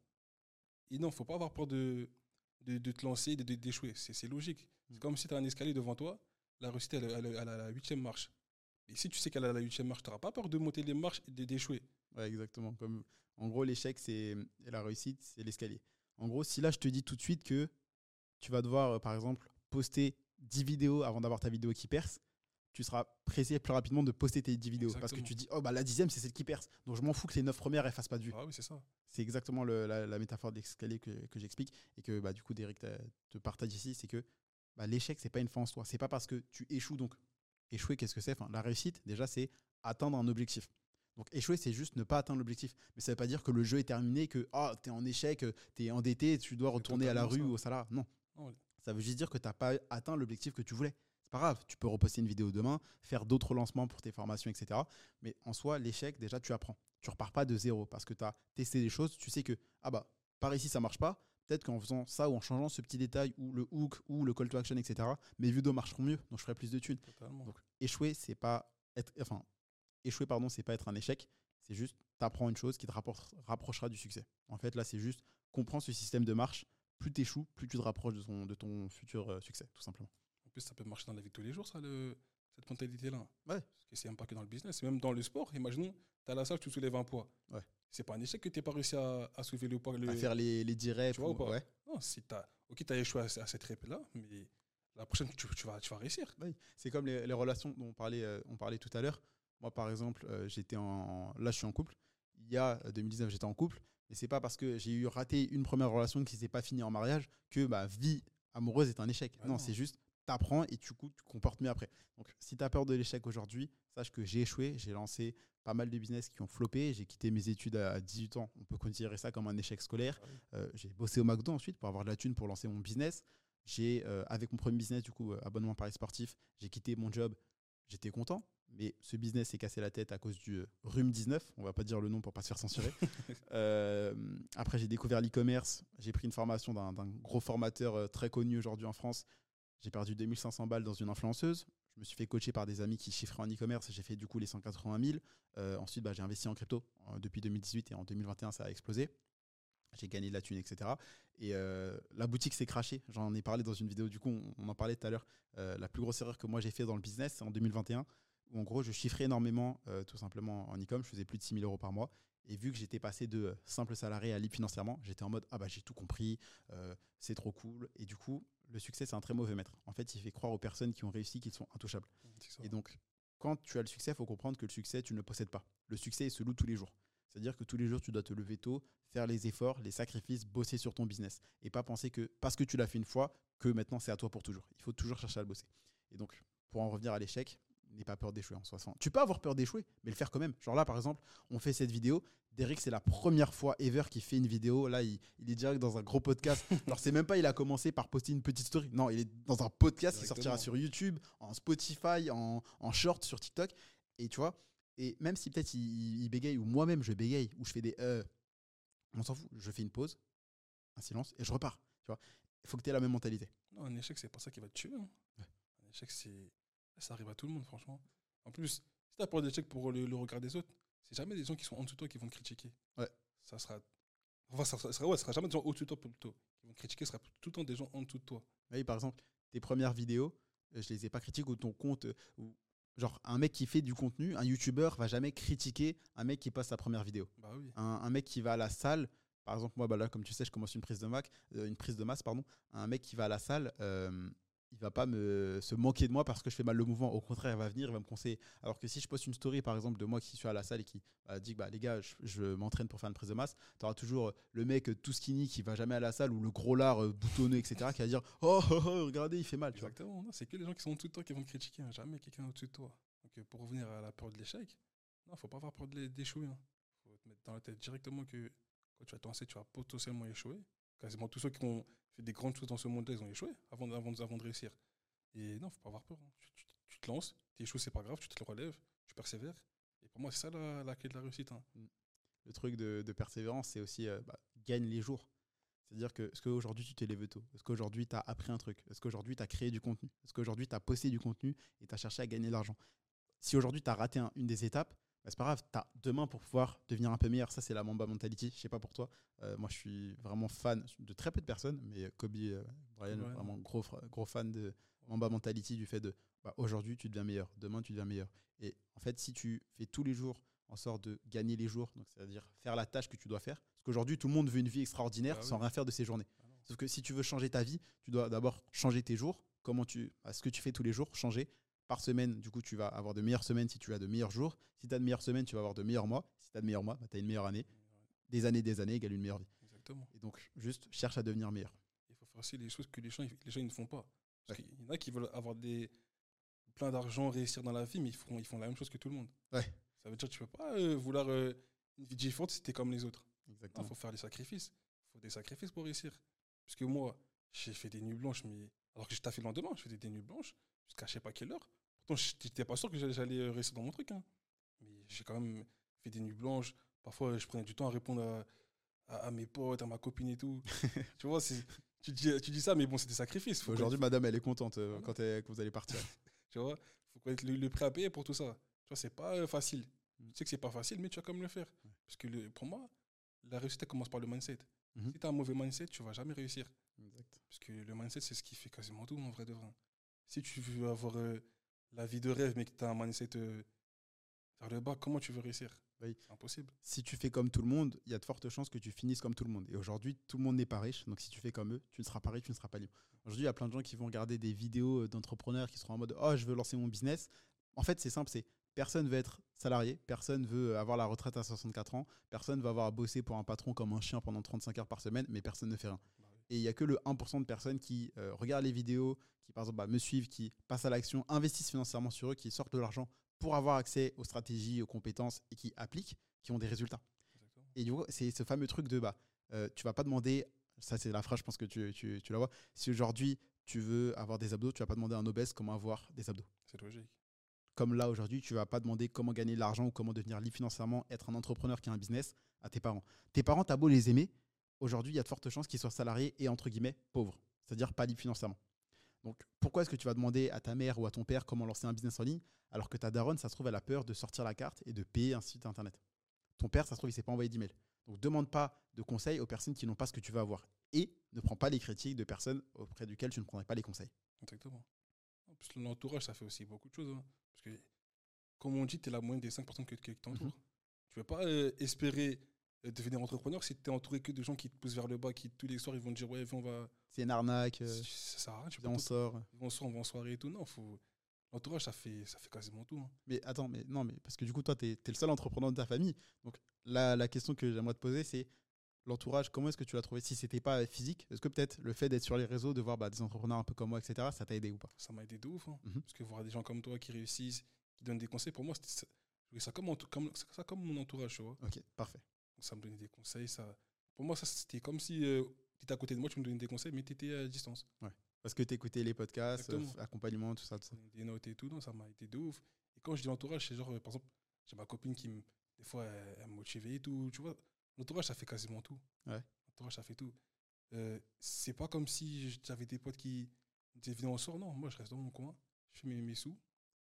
Et non, il ne faut pas avoir peur de, de, de te lancer, de, de- d'échouer. C'est, c'est logique. Mm. C'est comme si tu as un escalier devant toi, la réussite, elle, elle- elle a la huitième marche. Et si tu sais qu'elle a la huitième marche, tu n'auras pas peur de monter les marches et de- d'échouer. Ouais, exactement. Comme, en gros, l'échec c'est, et la réussite, c'est l'escalier. En gros, si là, je te dis tout de suite que tu vas devoir, euh, par exemple, poster dix vidéos avant d'avoir ta vidéo qui perce, tu seras pressé plus rapidement de poster tes dix vidéos. Parce que Exactement. tu dis, oh, bah la dixième, c'est celle qui perce. Donc, je m'en fous que les neuf premières, elles fassent pas de vues. Ah oui, c'est ça. C'est exactement le- la, la métaphore d'escalier que, que j'explique et que, bah, du coup, Derek t'a- te partage ici. C'est que bah, l'échec, c'est pas une fin en soi. C'est pas parce que tu échoues. Donc, échouer, qu'est-ce que c'est? Enfin, la réussite, déjà, c'est atteindre un objectif. Donc, échouer, c'est juste ne pas atteindre l'objectif. Mais ça veut pas dire que le jeu est terminé, que oh, tu es en échec, tu es endetté, tu dois C'est retourner à la totalement rue ça. ou au salariat. Non. Non, Ça veut juste dire que tu n'as pas atteint l'objectif que tu voulais. C'est pas grave, tu peux reposter une vidéo demain, faire d'autres lancements pour tes formations, et cetera. Mais en soi, l'échec, déjà, tu apprends. Tu repars pas de zéro parce que tu as testé des choses. Tu sais que, ah bah, par ici, ça marche pas. Peut-être qu'en faisant ça ou en changeant ce petit détail ou le hook ou le call to action, et cetera, mes vidéos marcheront mieux. Donc, je ferai plus de thunes. totalement. Donc, échouer, c'est pas être. Enfin, échouer, pardon, c'est pas être un échec. C'est juste, tu apprends une chose qui te rapporte- rapprochera du succès. En fait, là, c'est juste, comprends ce système de marche. Plus tu échoues, plus tu te rapproches de ton, de ton futur euh, succès, tout simplement. En plus, ça peut marcher dans la vie de tous les jours, ça, le, cette mentalité-là. Ouais. Parce que c'est même pas que dans le business, c'est même dans le sport. Imaginons, tu es à la salle, tu soulèves un poids. Ouais. C'est pas un échec que tu n'aies pas réussi à, à soulever le poids. Le, À faire les, les dix reps. tu vois ou pas? Ouais. Non, si t'as, ok, tu as échoué à, à cette rep-là, mais la prochaine, tu, tu, vas, tu vas réussir. Oui. C'est comme les, les relations dont on parlait, euh, on parlait tout à l'heure. Moi, par exemple, euh, j'étais en. Là, je suis en couple. Il y a euh, deux mille dix-neuf, j'étais en couple. Et c'est pas parce que j'ai eu raté une première relation qui s'est pas finie en mariage que ma vie amoureuse est un échec. Bah non, non. c'est juste, t'apprends et du coup, tu te comportes mieux après. Donc, si tu as peur de l'échec aujourd'hui, sache que j'ai échoué. J'ai lancé pas mal de business qui ont floppé. J'ai quitté mes études à dix-huit ans. On peut considérer ça comme un échec scolaire. Ah oui. Euh, j'ai bossé au McDo ensuite pour avoir de la thune pour lancer mon business. J'ai, euh, avec mon premier business, du coup, euh, abonnement Paris Sportif, j'ai quitté mon job. J'étais content, mais ce business s'est cassé la tête à cause du euh, rhume dix-neuf. On va pas dire le nom pour pas se faire censurer. Euh, après, j'ai découvert l'e-commerce. J'ai pris une formation d'un d'un gros formateur euh, très connu aujourd'hui en France. J'ai perdu deux mille cinq cents balles dans une influenceuse. Je me suis fait coacher par des amis qui chiffraient en e-commerce. J'ai fait du coup les cent quatre-vingt mille. Euh, ensuite, bah, j'ai investi en crypto euh, depuis deux mille dix-huit et en deux mille vingt et un, ça a explosé. J'ai gagné de la thune, et cetera. Et euh, la boutique s'est crashée. J'en ai parlé dans une vidéo, du coup, on, on en parlait tout à l'heure. Euh, la plus grosse erreur que moi j'ai fait dans le business, c'est en deux mille vingt et un, où en gros, je chiffrais énormément, euh, tout simplement en e-com. Je faisais plus de six mille euros par mois. Et vu que j'étais passé de euh, simple salarié à libre financièrement, j'étais en mode, ah bah j'ai tout compris, euh, c'est trop cool. Et du coup, le succès, c'est un très mauvais maître. En fait, il fait croire aux personnes qui ont réussi qu'ils sont intouchables. C'est ça. Et donc, quand tu as le succès, il faut comprendre que le succès, tu ne le possèdes pas. Le succès, il se loue tous les jours. C'est-à-dire que tous les jours, tu dois te lever tôt, faire les efforts, les sacrifices, bosser sur ton business. Et pas penser que parce que tu l'as fait une fois, que maintenant c'est à toi pour toujours. Il faut toujours chercher à le bosser. Et donc, pour en revenir à l'échec, n'aie pas peur d'échouer en soi. Enfin, tu peux avoir peur d'échouer, mais le faire quand même. Genre là, par exemple, on fait cette vidéo. Derek, c'est la première fois ever qu'il fait une vidéo. Là, il, il est direct dans un gros podcast. Alors, c'est même pas, il a commencé par poster une petite story. Non, il est dans un podcast qui sortira sur YouTube, en Spotify, en, en short, sur TikTok. Et tu vois, et même si peut-être il, il bégaye, ou moi-même je bégaye, ou je fais des euh, on s'en fout, je fais une pause, un silence, et je repars. Tu vois, il faut que tu aies la même mentalité. Non, un échec, c'est pas ça qui va te tuer. Hein. Ouais. Un échec, c'est. Ça arrive à tout le monde, franchement. En plus, si t'as peur d'échec pour le, le regard des autres, c'est jamais des gens qui sont en dessous de toi qui vont te critiquer. Ouais. Ça sera. Enfin, ça sera, ouais, ça sera jamais des gens au-dessus de toi plutôt. Qui vont te critiquer, ce sera tout le temps des gens en dessous de toi. Oui, par exemple, tes premières vidéos, euh, je les ai pas critiquées, ou ton compte, euh, ou genre un mec qui fait du contenu, un youtubeur va jamais critiquer un mec qui poste sa première vidéo. Bah oui. Un, un mec qui va à la salle, par exemple, moi, bah là, comme tu sais, je commence une prise de, mac, euh, une prise de masse, pardon. Un mec qui va à la salle, euh, il va pas me, se manquer de moi parce que je fais mal le mouvement. Au contraire, il va venir, il va me conseiller. Alors que si je poste une story, par exemple, de moi qui suis à la salle et qui bah, dit que bah, les gars, je, je m'entraîne pour faire une prise de masse, tu auras toujours le mec euh, tout skinny qui va jamais à la salle ou le gros lard euh, boutonneux, et cetera, qui va dire oh, oh, oh, regardez, il fait mal. Tu vois. Exactement. Non, c'est que les gens qui sont en dessous de toi qui vont te critiquer. Hein. Jamais quelqu'un au-dessus de toi. Donc, euh, pour revenir à la peur de l'échec, non, faut pas avoir peur de l'é- d'échouer. Hein. Faut te mettre dans la tête directement que quand tu vas te lancer, tu vas potentiellement échouer. Quasiment tous ceux qui ont fait des grandes choses dans ce monde-là, ils ont échoué avant, de- avant, de- avant de réussir. Et non, faut pas avoir peur, hein. Tu, tu- tu te lances, tu échoues, c'est pas grave, tu te le relèves, tu persévères. Et pour moi, c'est ça la, la clé de la réussite, hein. Le truc de, de persévérance, c'est aussi euh, bah, gagne les jours. C'est-à-dire que est-ce qu'aujourd'hui tu t'es levé tôt? Est-ce qu'aujourd'hui tu as appris un truc? Est-ce qu'aujourd'hui tu as créé du contenu? Est-ce qu'aujourd'hui tu as posté du contenu et tu as cherché à gagner de l'argent? Si aujourd'hui tu as raté un- une des étapes, bah, c'est pas grave, tu as demain pour pouvoir devenir un peu meilleur. Ça, c'est la Mamba Mentality. Je sais pas pour toi. Euh, moi, je suis vraiment fan de très peu de personnes, mais Kobe, euh, Brian, Ouais, vraiment gros, fra- gros fan de Mamba Mentality, du fait de bah, aujourd'hui tu deviens meilleur, demain tu deviens meilleur. Et en fait, si tu fais tous les jours en sorte de gagner les jours, donc c'est-à-dire faire la tâche que tu dois faire, parce qu'aujourd'hui tout le monde veut une vie extraordinaire bah sans oui. rien faire de ses journées. Ah non. Sauf que si tu veux changer ta vie, tu dois d'abord changer tes jours. Comment tu, bah, ce que tu fais tous les jours, changer par semaine. Du coup, tu vas avoir de meilleures semaines si tu as de meilleurs jours. Si tu as de meilleures semaines, tu vas avoir de meilleurs mois. Si tu as de meilleurs mois, bah, tu as une meilleure année. Des années, des années égale une meilleure vie. Exactement. Et donc, juste cherche à devenir meilleur. Il faut faire aussi les choses que les gens, les gens ils ne font pas. Parce Ouais. qu'il y en a qui veulent avoir des, plein d'argent, réussir dans la vie, mais ils font, ils font la même chose que tout le monde. Ouais, Ça veut dire que tu ne peux pas euh, vouloir euh, une vie différente si tu es comme les autres. Il exactement. faut faire des sacrifices. Il faut des sacrifices pour réussir. Parce que moi, j'ai fait des nuits blanches, mais alors que je taffais le lendemain, je faisais des nuits blanches jusqu'à je sais pas quelle heure. Pourtant, je n'étais pas sûr que j'allais j'allais, euh, réussir dans mon truc, hein. Mais j'ai quand même fait des nuits blanches. Parfois, je prenais du temps à répondre à, à- à mes potes, à ma copine et tout. Tu vois, c'est, tu, dis, tu dis ça, mais bon, c'est des sacrifices. Faut Aujourd'hui, qu'on- madame, elle est contente euh, Voilà. quand, elle- quand vous allez partir. Tu vois, faut connaître le, le prêt à payer pour tout ça. Tu vois, c'est pas euh, facile. Mm. Tu sais que c'est pas facile, mais tu vas quand même le faire. Ouais. Parce que le, pour moi, la réussite, elle commence par le mindset. Mhm. Si tu as un mauvais mindset, tu vas jamais réussir. Exact. Parce que le mindset, c'est ce qui fait quasiment tout, en vrai de vrai. Si tu veux avoir euh, la vie de rêve, mais que tu as un mindset euh, vers le bas, comment tu veux réussir? Oui. C'est impossible. Si tu fais comme tout le monde, il y a de fortes chances que tu finisses comme tout le monde. Et aujourd'hui, tout le monde n'est pas riche. Donc, si tu fais comme eux, tu ne seras pas riche, tu ne seras pas libre. Aujourd'hui, il y a plein de gens qui vont regarder des vidéos euh, d'entrepreneurs qui seront en mode oh, je veux lancer mon business. En fait, c'est simple c'est personne veut être salarié, personne veut avoir la retraite à soixante-quatre ans, personne va avoir à bosser pour un patron comme un chien pendant trente-cinq heures par semaine, mais personne ne fait rien. Bah oui. Et il n'y a que le un pour cent de personnes qui euh, regardent les vidéos, qui par exemple bah, me suivent, qui passent à l'action, investissent financièrement sur eux, qui sortent de l'argent pour avoir accès aux stratégies, aux compétences et qui appliquent, qui ont des résultats. Exactement. Et du coup, c'est ce fameux truc de bah, euh, tu vas pas demander, ça c'est la phrase, je pense que tu, tu, tu la vois. Si aujourd'hui tu veux avoir des abdos, tu vas pas demander à un obèse comment avoir des abdos. C'est logique. Comme là aujourd'hui, tu vas pas demander comment gagner de l'argent ou comment devenir libre financièrement, être un entrepreneur qui a un business à tes parents. Tes parents, t'as beau les aimer, aujourd'hui il y a de fortes chances qu'ils soient salariés et entre guillemets pauvres, c'est-à-dire pas libres financièrement. Donc pourquoi est-ce que tu vas demander à ta mère ou à ton père comment lancer un business en ligne alors que ta daronne, ça se trouve, elle a peur de sortir la carte et de payer un site internet. Ton père, ça se trouve, il ne s'est pas envoyé d'email. Donc, demande pas de conseils aux personnes qui n'ont pas ce que tu veux avoir. Et ne prends pas les critiques de personnes auprès duquel tu ne prendrais pas les conseils. Exactement. En plus, l'entourage, ça fait aussi beaucoup de choses, hein. Parce que, comme on dit, tu es la moyenne des cinq personnes que- qui t'entourent. Mhm. Tu ne peux pas euh, espérer euh, devenir entrepreneur si tu es entouré que de gens qui te poussent vers le bas, qui tous les soirs ils vont te dire ouais, viens, on va. C'est une arnaque, euh, Ça sert à rien, tu peux viens, pas on tout- sort. Ils vont, soir, on va en soirée et tout. Non, faut. L'entourage, ça fait, ça fait quasiment tout, hein. Mais attends, mais non, mais parce que du coup, toi, tu es, le seul entrepreneur de ta famille. Donc, la, la question que j'aimerais te poser, c'est l'entourage, comment est-ce que tu l'as trouvé? Si c'était pas physique, est-ce que peut-être le fait d'être sur les réseaux, de voir bah, des entrepreneurs un peu comme moi, et cetera, ça t'a aidé ou pas? Ça m'a aidé de ouf, hein. Mhm. Parce que voir des gens comme toi qui réussissent, qui donnent des conseils, pour moi, c'était ça, je voyais ça comme, entou- comme, ça comme mon entourage, tu vois. Ok, parfait. Donc, ça me donnait des conseils. Ça... Pour moi, ça, c'était comme si tu étais à côté de moi, tu me donnais des conseils, mais tu étais à distance. Parce que tu écoutais les podcasts, euh, Exactement. accompagnement, tout ça, tout ça. Prenais des notes et tout, non, ça m'a été de ouf. Et quand je dis entourage, c'est genre, euh, par exemple, j'ai ma copine qui, me, des fois, elle, elle me motivait et tout. Tu vois, l'entourage, ça fait quasiment tout. Ouais. L'entourage, ça fait tout. Euh, c'est pas comme si j'avais des potes qui me disaient, viens, on sort. Non, moi, je reste dans mon coin, je fais mes, mes sous.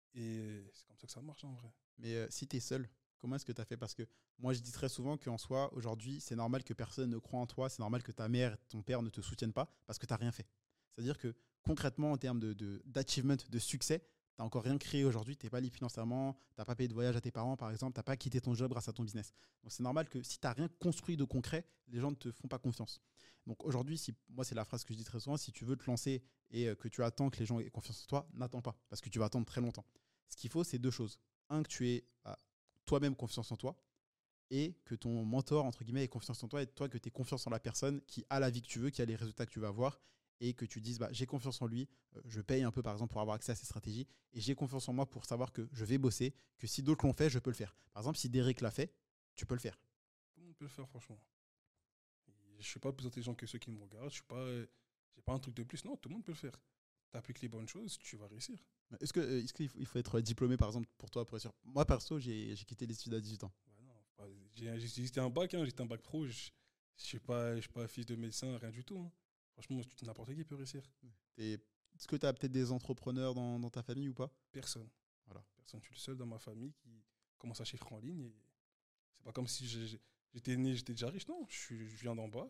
Et c'est comme ça que ça marche, en vrai. Mais euh, si tu es seul, comment est-ce que tu as fait? Parce que moi, je dis très souvent qu'en soi, aujourd'hui, c'est normal que personne ne croit en toi, c'est normal que ta mère, ton père ne te soutiennent pas parce que tu n'as rien fait. C'est-à-dire que concrètement, en termes de, de, d'achievement, de succès, tu n'as encore rien créé aujourd'hui, tu n'es pas libre financièrement, tu n'as pas payé de voyage à tes parents, par exemple, tu n'as pas quitté ton job grâce à ton business. Donc c'est normal que si tu n'as rien construit de concret, les gens ne te font pas confiance. Donc aujourd'hui, si, moi, c'est la phrase que je dis très souvent, si tu veux te lancer et euh, que tu attends que les gens aient confiance en toi, n'attends pas parce que tu vas attendre très longtemps. Ce qu'il faut, c'est deux choses. Un, que tu aies bah, toi-même confiance en toi et que ton mentor, entre guillemets, ait confiance en toi et toi, que tu aies confiance en la personne qui a la vie que tu veux, qui a les résultats que tu vas avoir et que tu dises bah, j'ai confiance en lui, euh, je paye un peu par exemple pour avoir accès à ses stratégies et j'ai confiance en moi pour savoir que je vais bosser, que si d'autres l'ont fait, je peux le faire. Par exemple, si Derek l'a fait, tu peux le faire. Tout le monde peut le faire, franchement. Et Je suis pas plus intelligent que ceux qui me regardent. Je suis pas, euh, j'ai pas un truc de plus. Non, tout le monde peut le faire. Tu appliques les bonnes choses, tu vas réussir. Est-ce que, euh, est-ce qu'il faut il faut être diplômé, par exemple, pour toi, pour réussir? Moi, perso, j'ai j'ai quitté les études à dix-huit ans. Ouais, non, pas- j'ai j'ai- j'étais un bac, hein, j'étais un bac pro. Je je suis pas, je suis pas fils de médecin, rien du tout, hein. Franchement, tu- n'importe qui peut réussir. Et est-ce que tu as peut-être des entrepreneurs dans, dans ta famille ou pas? Personne. Voilà. Personne. Je suis le seul dans ma famille qui commence à chiffrer en ligne. Et c'est pas comme si j'ai- j'ai- j'étais né, j'étais déjà riche. Non, je, suis- je viens d'en bas.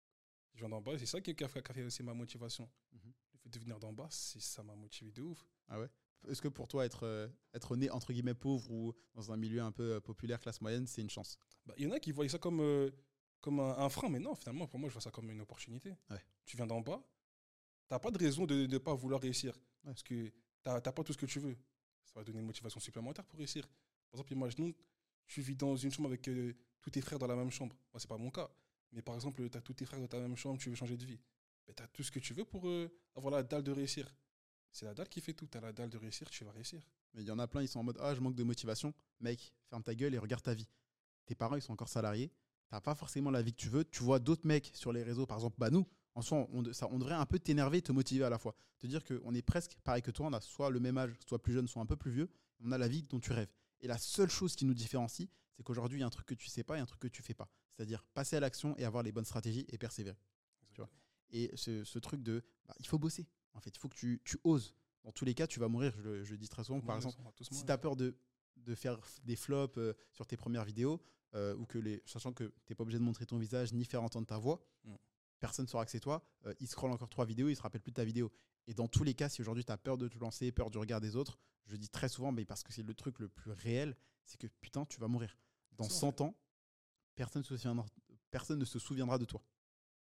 Je viens d'en bas. Et c'est ça qui, qui a fait, qui a fait aussi ma motivation. Mhm. Le fait de venir d'en bas, c'est- ça m'a motivé de ouf. Ah ouais? Est-ce que pour toi, être, euh, être né entre guillemets pauvre ou dans un milieu un peu euh, populaire, classe moyenne, c'est une chance? Bah, il y en a qui voient ça comme, euh, comme un, un frein, mais non, finalement, pour moi, je vois ça comme une opportunité. Ouais. Tu viens d'en bas, t'as pas de raison de ne pas vouloir réussir. Ouais. Parce que t'as t'as pas tout ce que tu veux. Ça va donner une motivation supplémentaire pour réussir. Par exemple, imaginons, tu vis dans une chambre avec euh, tous tes frères dans la même chambre. Moi, c'est pas mon cas. Mais par exemple, tu as tous tes frères dans ta même chambre, tu veux changer de vie. Mais tu as tout ce que tu veux pour euh, avoir la dalle de réussir. C'est la dalle qui fait tout. Tu as la dalle de réussir, tu vas réussir. Mais il y en a plein, ils sont en mode ah, je manque de motivation. Mec, ferme ta gueule et regarde ta vie. Tes parents, ils sont encore salariés. T'as pas forcément la vie que tu veux. Tu vois d'autres mecs sur les réseaux, par exemple, bah nous, en soi, on, de- ça, on devrait un peu t'énerver et te motiver à la fois. Te dire qu'on est presque pareil que toi, on a soit le même âge, soit plus jeune, soit un peu plus vieux. On a la vie dont tu rêves. Et la seule chose qui nous différencie, c'est qu'aujourd'hui, il y a un truc que tu sais pas et un truc que tu fais pas. C'est-à-dire passer à l'action et avoir les bonnes stratégies et persévérer. Tu vois. Et ce, ce truc de, bah, il faut bosser. En fait, il faut que tu, tu oses. Dans tous les cas, tu vas mourir. Je le, je le dis très souvent. Par exemple, si tu as peur de, de faire des flops euh, sur tes premières vidéos, euh, ou que les, sachant que tu n'es pas obligé de montrer ton visage ni faire entendre ta voix, Mm. personne ne saura que c'est toi. Euh, il scrolle encore trois vidéos, il se rappelle plus de ta vidéo. Et dans tous les cas, si aujourd'hui tu as peur de te lancer, peur du regard des autres, je dis très souvent, mais parce que c'est le truc le plus réel, c'est que putain, tu vas mourir. Dans C'est cent ans, personne, se souviendra, personne ne se souviendra de toi.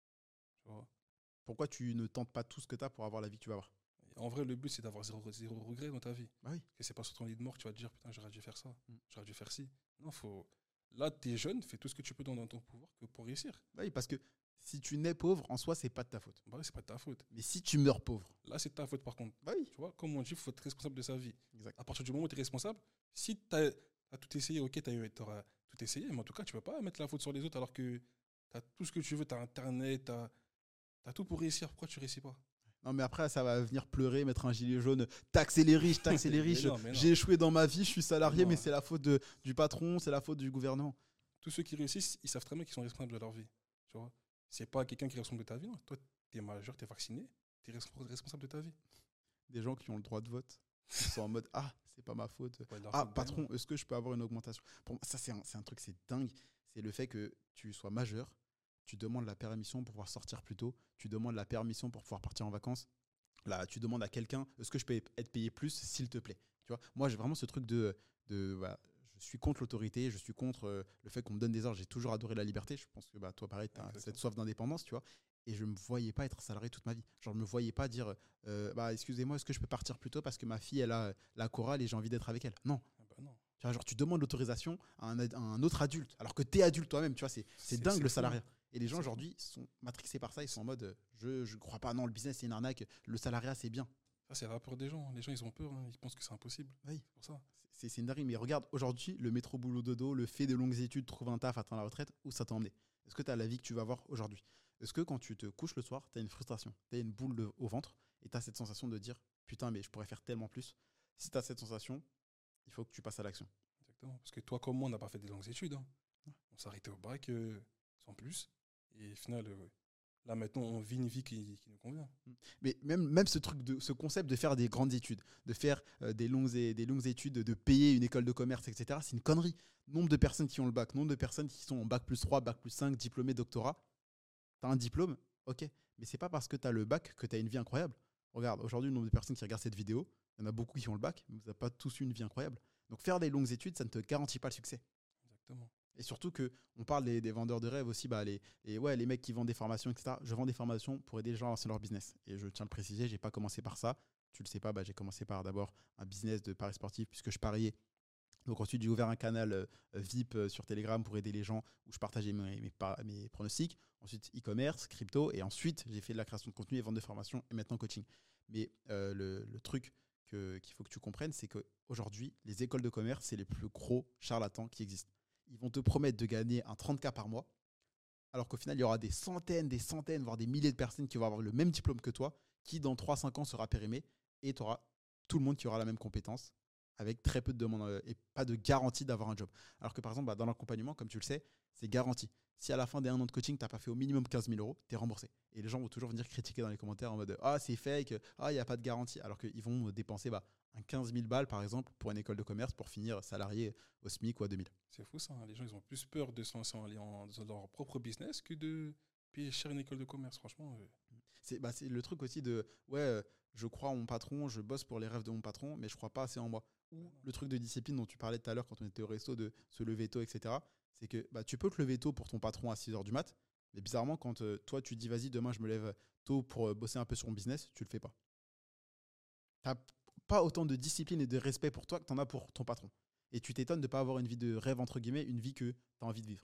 Tu vois. Pourquoi tu ne tentes pas tout ce que tu as pour avoir la vie que tu vas avoir? En vrai, le but, c'est d'avoir zéro, zéro regret dans ta vie. Bah oui. Et c'est pas sur ton lit de mort que tu vas te dire, putain, j'aurais dû faire ça, Mm. j'aurais dû faire ci. Non, faut. Là, t'es jeune, fais tout ce que tu peux dans, dans ton pouvoir que pour réussir. Bah oui, parce que si tu nais pauvre, en soi, c'est pas de ta faute. Bah ouais, c'est pas de ta faute. Mais si tu meurs pauvre, Là, c'est de ta faute par contre. bah oui. Tu vois, comme on dit, il faut être responsable de sa vie. Exact. À partir du moment où tu es responsable, si tu as, tout essayé, ok, tu auras tout essayé, mais en tout cas, tu ne peux pas mettre la faute sur les autres alors que tu as tout ce que tu veux, tu as Internet, tu as, tout pour réussir. Pourquoi tu ne réussis pas? Non, mais après, ça va venir pleurer, mettre un gilet jaune, taxer les riches, taxer les riches. Mais non, mais non. J'ai échoué dans ma vie, je suis salarié, Non. mais c'est la faute de, du patron, c'est la faute du gouvernement. Tous ceux qui réussissent, ils savent très bien qu'ils sont responsables de leur vie. Tu vois, c'est pas quelqu'un qui est responsable de ta vie. Non. Toi, tu es majeur, tu es vacciné, tu es responsable de ta vie. Des gens qui ont le droit de vote, ils sont en mode ah, c'est pas ma faute. Ouais, leur Ah, faute, patron, ben est-ce que je peux avoir une augmentation? Pour moi, ça, c'est un, c'est un truc, c'est dingue. C'est le fait que tu sois majeur, tu demandes la permission pour pouvoir sortir plus tôt, tu demandes la permission pour pouvoir partir en vacances. Là, tu demandes à quelqu'un, est-ce que je peux être payé plus, s'il te plaît? Tu vois, moi, j'ai vraiment ce truc de, de voilà, je suis contre l'autorité, je suis contre euh, le fait qu'on me donne des ordres. J'ai toujours adoré la liberté. Je pense que bah, toi, pareil, tu as Exactement. cette soif d'indépendance, tu vois. Et je ne me voyais pas être salarié toute ma vie. Genre, je ne me voyais pas dire, euh, bah, excusez-moi, est-ce que je peux partir plus tôt parce que ma fille, elle a euh, la chorale et j'ai envie d'être avec elle? Non. Ah bah non. Tu vois, genre, tu demandes l'autorisation à un, ad- à un autre adulte, alors que tu es adulte toi-même. Tu vois, c'est c'est C'est- dingue c'est le fou. salariat. Et les gens C'est aujourd'hui sont matrixés par ça. Ils sont en mode, euh, je ne crois pas, non, le business, c'est une arnaque. Le salariat, c'est bien. Ça, c'est la peur des gens. Les gens, ils ont peur. Hein. Ils pensent que c'est impossible. Oui. C'est pour ça. C'est c'est une dinguerie. Mais regarde, aujourd'hui, le métro boulot dodo, le fait de longues études, trouver un taf, atteindre la retraite, où ça t'a emmené? Est-ce que tu as la vie que tu vas avoir aujourd'hui? Est-ce que quand tu te couches le soir, tu as une frustration, tu as une boule de- au ventre et tu as cette sensation de dire putain, mais je pourrais faire tellement plus? Si tu as cette sensation, il faut que tu passes à l'action. Exactement. Parce que toi, comme moi, on n'a pas fait des longues études. Hein. On s'est arrêté au bac euh, sans plus. Et au final, euh, là, maintenant, on vit une vie qui, qui nous convient. Mais même, même ce truc de ce concept de faire des grandes études, de faire euh, des, longues et, des longues études, de payer une école de commerce, et cetera, c'est une connerie. Nombre de personnes qui ont le bac, nombre de personnes qui sont en bac plus trois, bac plus cinq, diplômés, doctorat. Tu as un diplôme, ok. Mais c'est pas parce que tu as le bac que tu as une vie incroyable. Regarde, aujourd'hui, le nombre de personnes qui regardent cette vidéo, il y en a beaucoup qui ont le bac, mais vous n'avez pas tous eu une vie incroyable. Donc faire des longues études, ça ne te garantit pas le succès. Exactement. Et surtout qu'on parle des, des vendeurs de rêves aussi, bah les, les, ouais, les mecs qui vendent des formations, et cetera. Je vends des formations pour aider les gens à lancer leur business. Et je tiens à le préciser, je n'ai pas commencé par ça. Tu le sais pas, bah, j'ai commencé par d'abord un business de paris sportif puisque je pariais. Donc ensuite, j'ai ouvert un canal euh, V I P euh, sur Telegram pour aider les gens où je partageais mes, mes, par- mes pronostics. Ensuite, e-commerce, crypto. Et ensuite, j'ai fait de la création de contenu et vente de formation et maintenant coaching. Mais euh, le, le truc que- qu'il faut que tu comprennes, c'est qu'aujourd'hui, les écoles de commerce, c'est les plus gros charlatans qui existent. Ils vont te promettre de gagner un trente K par mois. Alors qu'au final, il y aura des centaines, des centaines, voire des milliers de personnes qui vont avoir le même diplôme que toi, qui dans trois cinq ans sera périmé, et tu auras tout le monde qui aura la même compétence, avec très peu de demandes euh, et pas de garantie d'avoir un job. Alors que par exemple, bah, dans l'accompagnement, comme tu le sais, c'est garanti. Si à la fin des un an de coaching, tu n'as pas fait au minimum quinze mille euros, tu es remboursé. Et les gens vont toujours venir critiquer dans les commentaires en mode ah, c'est fake, ah, il n'y a pas de garantie. Alors qu'ils vont dépenser bah, un quinze mille balles, par exemple, pour une école de commerce pour finir salarié au SMIC ou à deux mille. C'est fou ça, hein. Les gens ils ont plus peur de se lancer en, en- dans leur propre business que de payer cher une école de commerce, franchement. euh. C'est bah, c'est le truc aussi de ouais, euh, je crois en mon patron, je bosse pour les rêves de mon patron, mais je crois pas assez en moi. Ouais, Ou non. le truc de discipline dont tu parlais tout à l'heure quand on était au resto, de se lever tôt, et cetera. C'est que bah, tu peux te lever tôt pour ton patron à six heures du mat, mais bizarrement, quand euh, toi tu dis vas-y, demain je me lève tôt pour euh, bosser un peu sur mon business, tu le fais pas. T'as p- pas autant de discipline et de respect pour toi que t'en as pour ton patron. Et tu t'étonnes de pas avoir une vie de rêve, entre guillemets, une vie que t'as envie de vivre.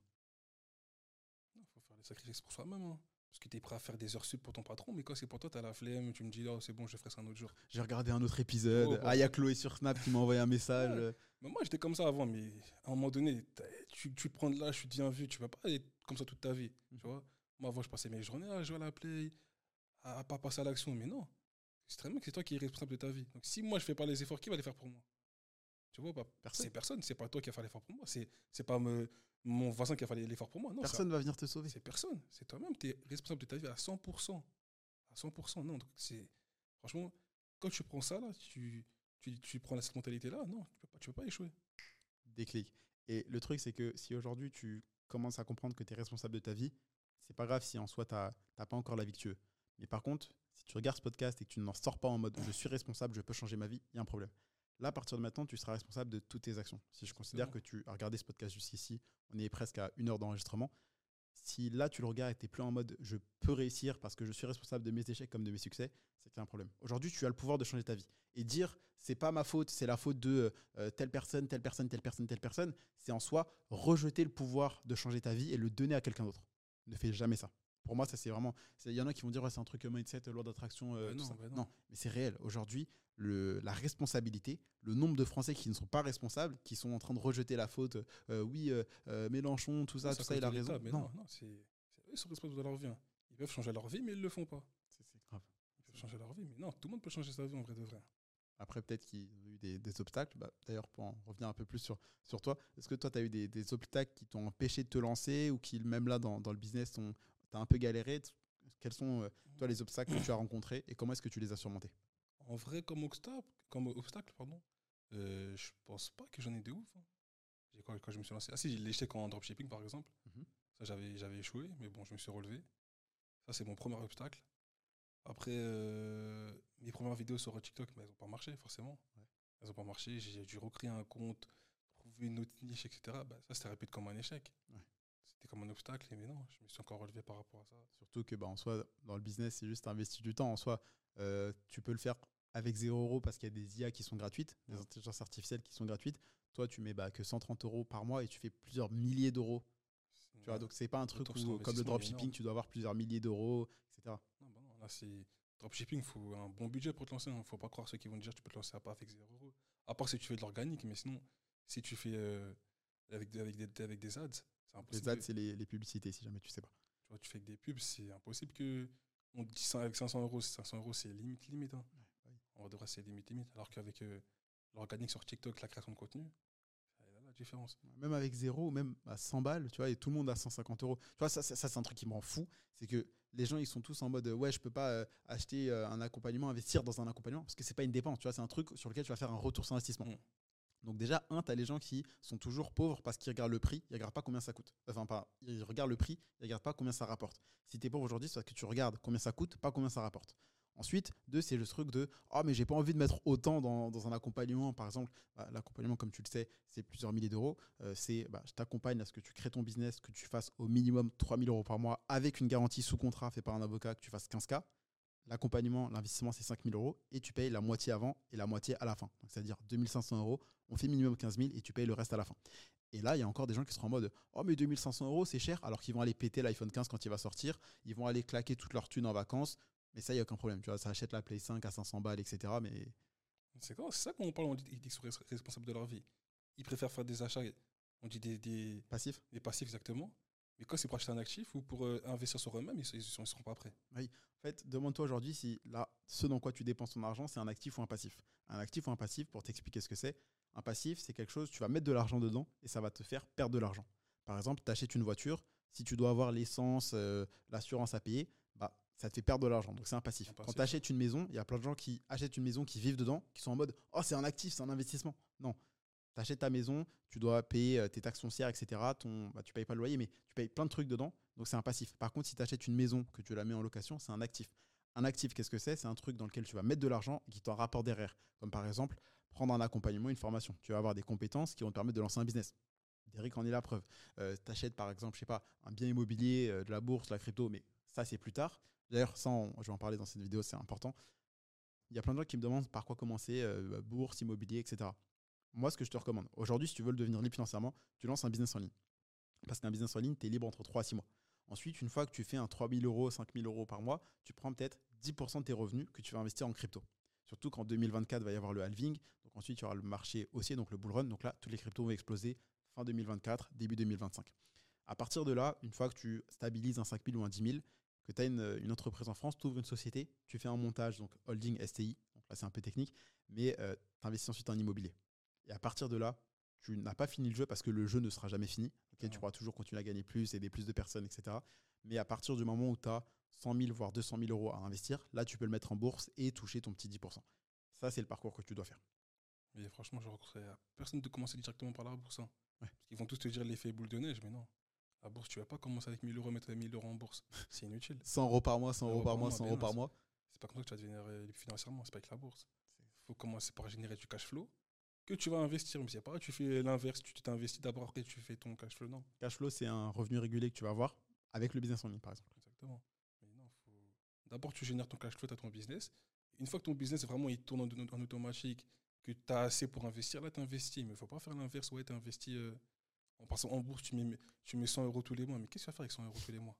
Il faut faire des sacrifices pour soi-même, hein. Parce que tu es prêt à faire des heures sup pour ton patron, mais quand c'est pour toi, tu as la flemme, tu me dis là, c'est bon, je ferai ça un autre jour. J'ai regardé un autre Oh, épisode. bah, Ah, il y a Chloé sur Snap qui m'a envoyé un message. ouais. euh, Mais moi, j'étais comme ça avant, mais à un moment donné, t'as- tu, tu te prends de l'âge, tu deviens vieux, tu vas pas être comme ça toute ta vie. Tu vois. Moi, avant, je passais mes journées à jouer à la play, à, à pas passer à l'action, mais non. C'est très bien que c'est toi qui es responsable de ta vie. Donc, si moi, je fais pas les efforts, qui va les faire pour moi? Tu vois, bah, Personne. c'est personne, c'est pas toi qui a fait l'effort pour moi, c'est c'est pas me- mon voisin qui a fait l'effort pour moi. Non, ça, Personne va venir te sauver. c'est personne, c'est toi-même, tu es responsable de ta vie à cent pour cent. À cent pour cent, non. Donc, c'est franchement, quand tu prends ça là, tu, tu, tu prends cette mentalité là, non, tu peux pas, tu peux pas échouer. Déclic. Et le truc, c'est que si aujourd'hui tu commences à comprendre que tu es responsable de ta vie, c'est pas grave si en soi tu n'as pas encore la vie que tu veux. Mais par contre, si tu regardes ce podcast et que tu n'en sors pas en mode je suis responsable, je peux changer ma vie, il y a un problème. Là, à partir de maintenant, tu seras responsable de toutes tes actions. Si je considère que tu as regardé ce podcast jusqu'ici, on est presque à une heure d'enregistrement. Si là, tu le regardes et tu n'es plus en mode je peux réussir parce que je suis responsable de mes échecs comme de mes succès, c'est qu'il y a un problème. Aujourd'hui, tu as le pouvoir de changer ta vie. Et dire c'est pas ma faute, c'est la faute de euh, telle personne, telle personne, telle personne, telle personne, c'est en soi rejeter le pouvoir de changer ta vie et le donner à quelqu'un d'autre. Ne fais jamais ça. Pour moi, ça c'est vraiment. Il y en a qui vont dire ouais, c'est un truc mindset, loi d'attraction, euh, Bah tout non, ça. bah non. Non, mais c'est réel. Aujourd'hui, le, la responsabilité, le nombre de Français qui ne sont pas responsables, qui sont en train de rejeter la faute, euh, oui, euh, euh, Mélenchon, tout ça, Non, c'est tout à ça, cause il a de raison. l'État, mais Non, non, non, c'est c'est eux qui sont responsables de leur vie, hein. Ils peuvent changer leur vie, mais ils le font pas. c'est c'est grave. Ils peuvent changer leur vie, mais non, tout le monde peut changer sa vie en vrai de vrai. Après, peut-être qu'il y a eu des, des obstacles. Bah, d'ailleurs, pour en revenir un peu plus sur, sur toi, est-ce que toi, tu as eu des, des obstacles qui t'ont empêché de te lancer ou qui, même là, dans, dans le business, tu as un peu galéré? Quels sont, euh, toi, les obstacles que tu as rencontrés et comment est-ce que tu les as surmontés? En vrai, comme obstacle, comme obstacle, pardon, euh, je pense pas que j'en ai de ouf, hein. J'ai- Quand, quand je me suis lancé. Ah si, j'ai l'échec en dropshipping par exemple. Mhm. Ça, j'avais, j'avais échoué, mais bon, je me suis relevé. Ça, c'est mon premier obstacle. Après, euh, mes premières vidéos sur TikTok, mais elles n'ont pas marché, forcément. Ouais. Elles n'ont pas marché. J'ai dû recréer un compte, trouver une autre niche, et cetera. Bah, ça, c'était répété comme un échec. Ouais. C'était comme un obstacle, mais non, je me suis encore relevé par rapport à ça. Surtout que, bah, en soi, dans le business, c'est juste investir du temps. En soi, euh, tu peux le faire avec zéro euro parce qu'il y a des I A qui sont gratuites, des Ouais. intelligences artificielles qui sont gratuites. Toi, tu mets bah, que cent trente euros par mois et tu fais plusieurs milliers d'euros. C'est- Tu vois, ouais, donc c'est pas un truc retour sur où, comme le investissement est dropshipping, énorme. tu dois avoir plusieurs milliers d'euros, et cetera. Non, bah non, là, c'est. Dropshipping, il faut un bon budget pour te lancer. Il ne faut pas croire ceux qui vont te dire que tu peux te lancer à pas avec zéro euros. À part si tu fais de l'organique, mais sinon, si tu fais euh, avec, des, avec, des, avec des ads, c'est Donc les impossible. ads, que- c'est les, les publicités, si jamais tu sais pas. Tu vois, tu fais que des pubs, c'est impossible que. On te dit ça avec cinq cents euros, cinq cents euros, c'est limite, limite, hein. Ouais, oui. On va devoir, c'est limite, limite. Alors qu'avec euh, l'organique sur TikTok, la création de contenu, c'est là la différence. Même avec zéro, même à cent balles, tu vois, et tout le monde a cent cinquante euros. Tu vois, ça, ça, ça, c'est un truc qui me rend fou. C'est que les gens, ils sont tous en mode, euh, ouais, je peux pas euh, acheter euh, un accompagnement, investir dans un accompagnement, parce que c'est pas une dépense, tu vois, c'est un truc sur lequel tu vas faire un retour sur investissement. Mm. Donc déjà, un, tu as les gens qui sont toujours pauvres parce qu'ils regardent le prix, ils regardent pas combien ça coûte. Enfin, pas, ils regardent le prix, ils regardent pas combien ça rapporte. Si tu es pauvre aujourd'hui, c'est parce que tu regardes combien ça coûte, pas combien ça rapporte. Ensuite, deux, c'est le truc de « Ah, mais j'ai pas envie de mettre autant dans, dans un accompagnement. » Par exemple, bah, l'accompagnement, comme tu le sais, c'est plusieurs milliers d'euros. Euh, c'est bah, je t'accompagne à ce que tu crées ton business, que tu fasses au minimum trois mille euros par mois avec une garantie sous contrat fait par un avocat, que tu fasses quinze K. L'accompagnement, l'investissement, c'est cinq mille euros et tu payes la moitié avant et la moitié à la fin. Donc, c'est-à-dire deux mille cinq cents euros, on fait minimum quinze mille et tu payes le reste à la fin. Et là, il y a encore des gens qui seront en mode « Oh, mais deux mille cinq cents euros, c'est cher », alors qu'ils vont aller péter l'iPhone quinze quand il va sortir, ils vont aller claquer toute leur thune en vacances, mais ça, il n'y a aucun problème. Tu vois, ça achète la Play cinq à cinq cents balles, et cetera. Mais C'est quoi? C'est ça qu'on parle, on dit ils disent qu'ils sont res- responsables de leur vie. Ils préfèrent faire des achats, on dit des, des, passif, des passifs exactement, Mais quand c'est pour acheter un actif ou pour euh, investir sur eux-mêmes, ils ne seront pas prêts. Oui. En fait, demande-toi aujourd'hui si là, ce dans quoi tu dépenses ton argent, c'est un actif ou un passif. Un actif ou un passif, pour t'expliquer ce que c'est, un passif, c'est quelque chose, tu vas mettre de l'argent dedans et ça va te faire perdre de l'argent. Par exemple, tu achètes une voiture, si tu dois avoir l'essence, euh, l'assurance à payer, bah, ça te fait perdre de l'argent. Donc c'est un passif. Un passif. Quand tu achètes une maison, il y a plein de gens qui achètent une maison, qui vivent dedans, qui sont en mode « Oh, c'est un actif, c'est un investissement ». Non. Tu achètes ta maison, tu dois payer euh, tes taxes foncières, et cetera. Ton, bah, tu ne payes pas le loyer, mais tu payes plein de trucs dedans. Donc, c'est un passif. Par contre, si tu achètes une maison, que tu la mets en location, c'est un actif. Un actif, qu'est-ce que c'est? C'est un truc dans lequel tu vas mettre de l'argent et qui t'en rapporte derrière. Comme par exemple, prendre un accompagnement, une formation. Tu vas avoir des compétences qui vont te permettre de lancer un business. Derrick en est la preuve. Euh, tu achètes par exemple, je sais pas, un bien immobilier, euh, de la bourse, de la crypto, mais ça, c'est plus tard. D'ailleurs, ça, on- je vais en parler dans cette vidéo, c'est important. Il y a plein de gens qui me demandent par quoi commencer, euh, bourse, immobilier, et cetera. Moi, ce que je te recommande, aujourd'hui, si tu veux le devenir libre financièrement, tu lances un business en ligne. Parce qu'un business en ligne, tu es libre entre trois à six mois. Ensuite, une fois que tu fais un trois mille euros, cinq mille euros par mois, tu prends peut-être dix pour cent de tes revenus que tu vas investir en crypto. Surtout qu'en deux mille vingt-quatre, il va y avoir le halving. Donc ensuite, il y aura le marché haussier, donc le bull run. Donc là, toutes les cryptos vont exploser fin deux mille vingt-quatre, début deux mille vingt-cinq. À partir de là, une fois que tu stabilises un cinq mille ou un dix mille, que tu as une, une entreprise en France, tu ouvres une société, tu fais un montage, donc holding S T I. Donc là, c'est un peu technique, mais euh, tu investis ensuite en immobilier. Et à partir de là, tu n'as pas fini le jeu parce que le jeu ne sera jamais fini. Okay, tu pourras toujours continuer à gagner plus, aider plus de personnes, et cetera. Mais à partir du moment où tu as cent mille, voire deux cent mille euros à investir, là, tu peux le mettre en bourse et toucher ton petit dix pour cent. Ça, c'est le parcours que tu dois faire. Mais franchement, je recommanderais à personne de commencer directement par la bourse. Hein. Ouais. Parce qu'ils vont tous te dire l'effet boule de neige, mais non. La bourse, tu vas pas commencer avec mille euros, mettre mille euros en bourse. C'est inutile. cent euros par mois, cent euros par mois, cent euros par mois. C'est pas comme ça que tu vas devenir libre financièrement, c'est pas avec la bourse. Il faut commencer par générer du cash flow que tu vas investir. Mais c'est pas, tu fais l'inverse, tu t'investis d'abord, après tu fais ton cash flow. Non. Cash flow, c'est un revenu régulier que tu vas avoir avec le business en ligne, par exemple. Exactement. Mais non, faut... D'abord, tu génères ton cash flow, tu as ton business. Une fois que ton business, vraiment, il tourne en, en automatique, que tu as assez pour investir, là, tu investis. Mais il ne faut pas faire l'inverse. Ouais, tu investis euh, en passant en bourse, tu mets, tu mets cent euros tous les mois. Mais qu'est-ce que tu vas faire avec cent euros tous les mois?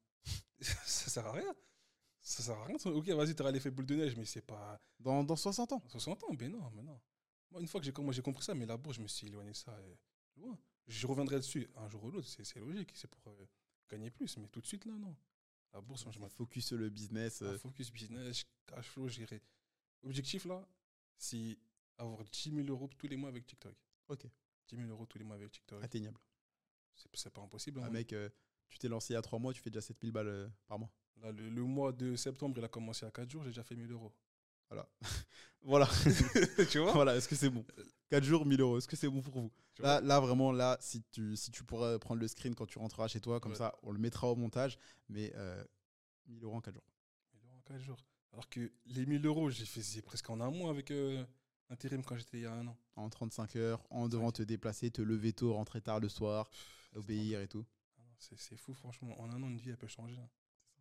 Ça sert à rien. Ça sert à rien. Ok, vas-y, tu auras l'effet boule de neige, mais c'est pas. Dans, dans soixante ans. soixante ans, mais non, mais non. Moi, une fois que j'ai, moi, j'ai compris ça, mais la bourse, je me suis éloigné de ça euh, loin. Je reviendrai dessus un jour ou l'autre, c'est, c'est logique, c'est pour euh, gagner plus, mais tout de suite, là, non. La bourse, moi, je m'attends. Focus sur le business. Euh... Focus business, cash flow, gérer. Objectif, là, c'est avoir dix mille euros tous les mois avec TikTok. Ok. dix mille euros tous les mois avec TikTok. Atteignable. C'est, c'est pas impossible. Ah, hein. mec, euh, tu t'es lancé il y a trois mois, tu fais déjà sept mille balles euh, par mois. Là, le, le mois de septembre, il a commencé à quatre jours, j'ai déjà fait mille euros. Voilà. voilà. Tu vois? Voilà, est-ce que c'est bon? quatre jours, mille euros, est-ce que c'est bon pour vous? Là, là, vraiment, là, si tu, si tu pourrais prendre le screen quand tu rentreras chez toi, comme ouais. ça, on le mettra au montage, mais euh, mille euros en quatre jours. mille euros en quatre jours. Alors que les mille euros, j'ai fait presque en un mois avec euh, intérim quand j'étais il y a un an. En trente-cinq heures, en devant te déplacer, te lever tôt, rentrer tard le soir, Pff, obéir et tout. Ah non, c'est, c'est fou, franchement. En un an, une vie, elle peut changer. Hein.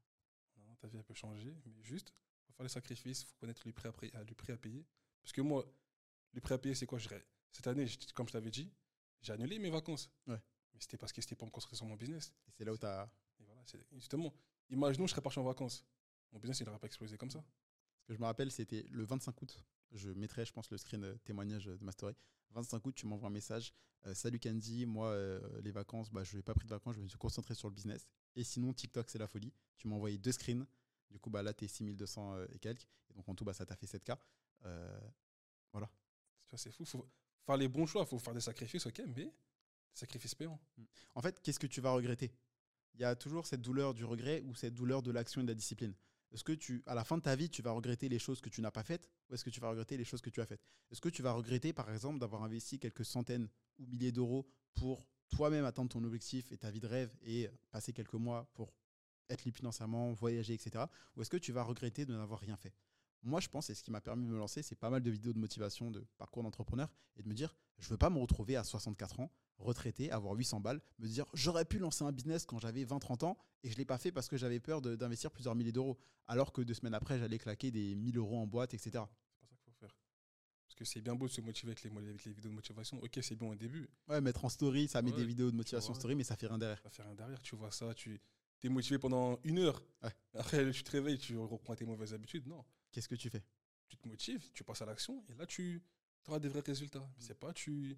En un an, ta vie, elle peut changer, mais juste, il faut faire les sacrifices, il faut connaître le prix, à, le prix à payer. Parce que moi, le prix à payer, c'est quoi? je, Cette année, comme je t'avais dit, j'ai annulé mes vacances. Ouais. Mais c'était parce que c'était pour me construire sur mon business. Et c'est là où tu as. Voilà, justement, imaginons, je serais parti en vacances. Mon business, il n'aurait pas explosé comme ça. Ce que je me rappelle, c'était le vingt-cinq août. Je mettrai, je pense, le screen euh, témoignage de ma story. vingt-cinq août, tu m'envoies un message. Euh, Salut Candy, moi, euh, les vacances, bah, je n'ai pas pris de vacances, je me suis concentré sur le business. Et sinon, TikTok, c'est la folie. Tu m'as envoyé deux screens. Du coup, bah, là, tu es six mille deux cents euh, et quelques. Et donc, en tout, bah, ça t'a fait sept K. Euh, voilà. C'est fou. Il faut faire les bons choix. Il faut faire des sacrifices, ok, mais des sacrifices payants. En fait, qu'est-ce que tu vas regretter? Il y a toujours cette douleur du regret ou cette douleur de l'action et de la discipline. Est-ce que tu, à la fin de ta vie, tu vas regretter les choses que tu n'as pas faites ou est-ce que tu vas regretter les choses que tu as faites? Est-ce que tu vas regretter, par exemple, d'avoir investi quelques centaines ou milliers d'euros pour toi-même atteindre ton objectif et ta vie de rêve et passer quelques mois pour être libre financièrement, voyager, et cetera. Ou est-ce que tu vas regretter de n'avoir rien fait? Moi, je pense, et ce qui m'a permis de me lancer, c'est pas mal de vidéos de motivation, de parcours d'entrepreneur et de me dire, je ne veux pas me retrouver à soixante-quatre ans, retraité, avoir huit cents balles, me dire, j'aurais pu lancer un business quand j'avais vingt trente ans et je ne l'ai pas fait parce que j'avais peur de, d'investir plusieurs milliers d'euros. Alors que deux semaines après, j'allais claquer des mille euros en boîte, et cetera. C'est pas ça qu'il faut faire. Parce que c'est bien beau de se motiver avec les, avec les vidéos de motivation. Ok, c'est bon au début. Ouais, mettre en story, ça met ouais, des vidéos de motivation vois, story, mais ça fait rien derrière. Ça fait rien derrière. Tu vois ça, tu es motivé pendant une heure. Ouais. Après, tu te réveilles, tu reprends tes mauvaises habitudes. Non. Qu'est-ce que tu fais? Tu te motives, tu passes à l'action et là, tu auras des vrais résultats. Mais c'est pas, tu,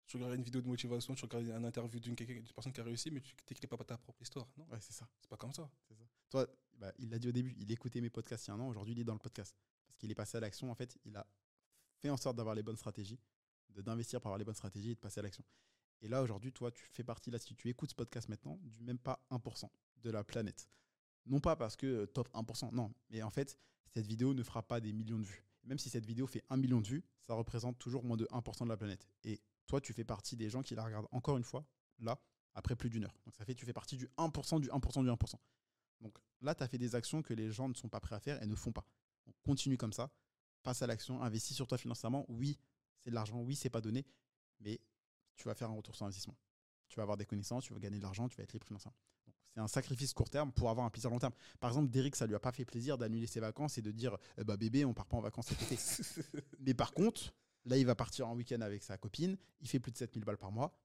Tu regardes une vidéo de motivation, tu regardes une interview d'une quelqu'un- d'une personne qui a réussi, mais tu n'écris pas ta propre histoire. Non, Ouais, c'est ça. c'est pas comme ça. C'est ça. Toi, bah, il l'a dit au début, il écoutait mes podcasts il y a un an, aujourd'hui il est dans le podcast. Parce qu'il est passé à l'action, en fait, il a fait en sorte d'avoir les bonnes stratégies, de- d'investir pour avoir les bonnes stratégies et de passer à l'action. Et là, aujourd'hui, toi, tu fais partie, là, si tu écoutes ce podcast maintenant, du même pas un pour cent de la planète. Non pas parce que euh, top un pour cent, non, mais en fait, cette vidéo ne fera pas des millions de vues. Même si cette vidéo fait un million de vues, ça représente toujours moins de un pour cent de la planète. Et toi, tu fais partie des gens qui la regardent encore une fois, là, après plus d'une heure. Donc ça fait, tu fais partie du un pour cent du un pour cent du un pour cent. Donc là, tu as fait des actions que les gens ne sont pas prêts à faire et ne font pas. Donc continue comme ça, passe à l'action, investis sur toi financièrement. Oui, c'est de l'argent, oui, c'est pas donné, mais tu vas faire un retour sur investissement. Tu vas avoir des connaissances, tu vas gagner de l'argent, tu vas être libre financièrement. Donc, c'est un sacrifice court terme pour avoir un plaisir long terme. Par exemple, Derrick, ça lui a pas fait plaisir d'annuler ses vacances et de dire eh bah, bébé, on part pas en vacances cet été. Mais par contre, là, il va partir en week-end avec sa copine, il fait plus de sept mille balles par mois.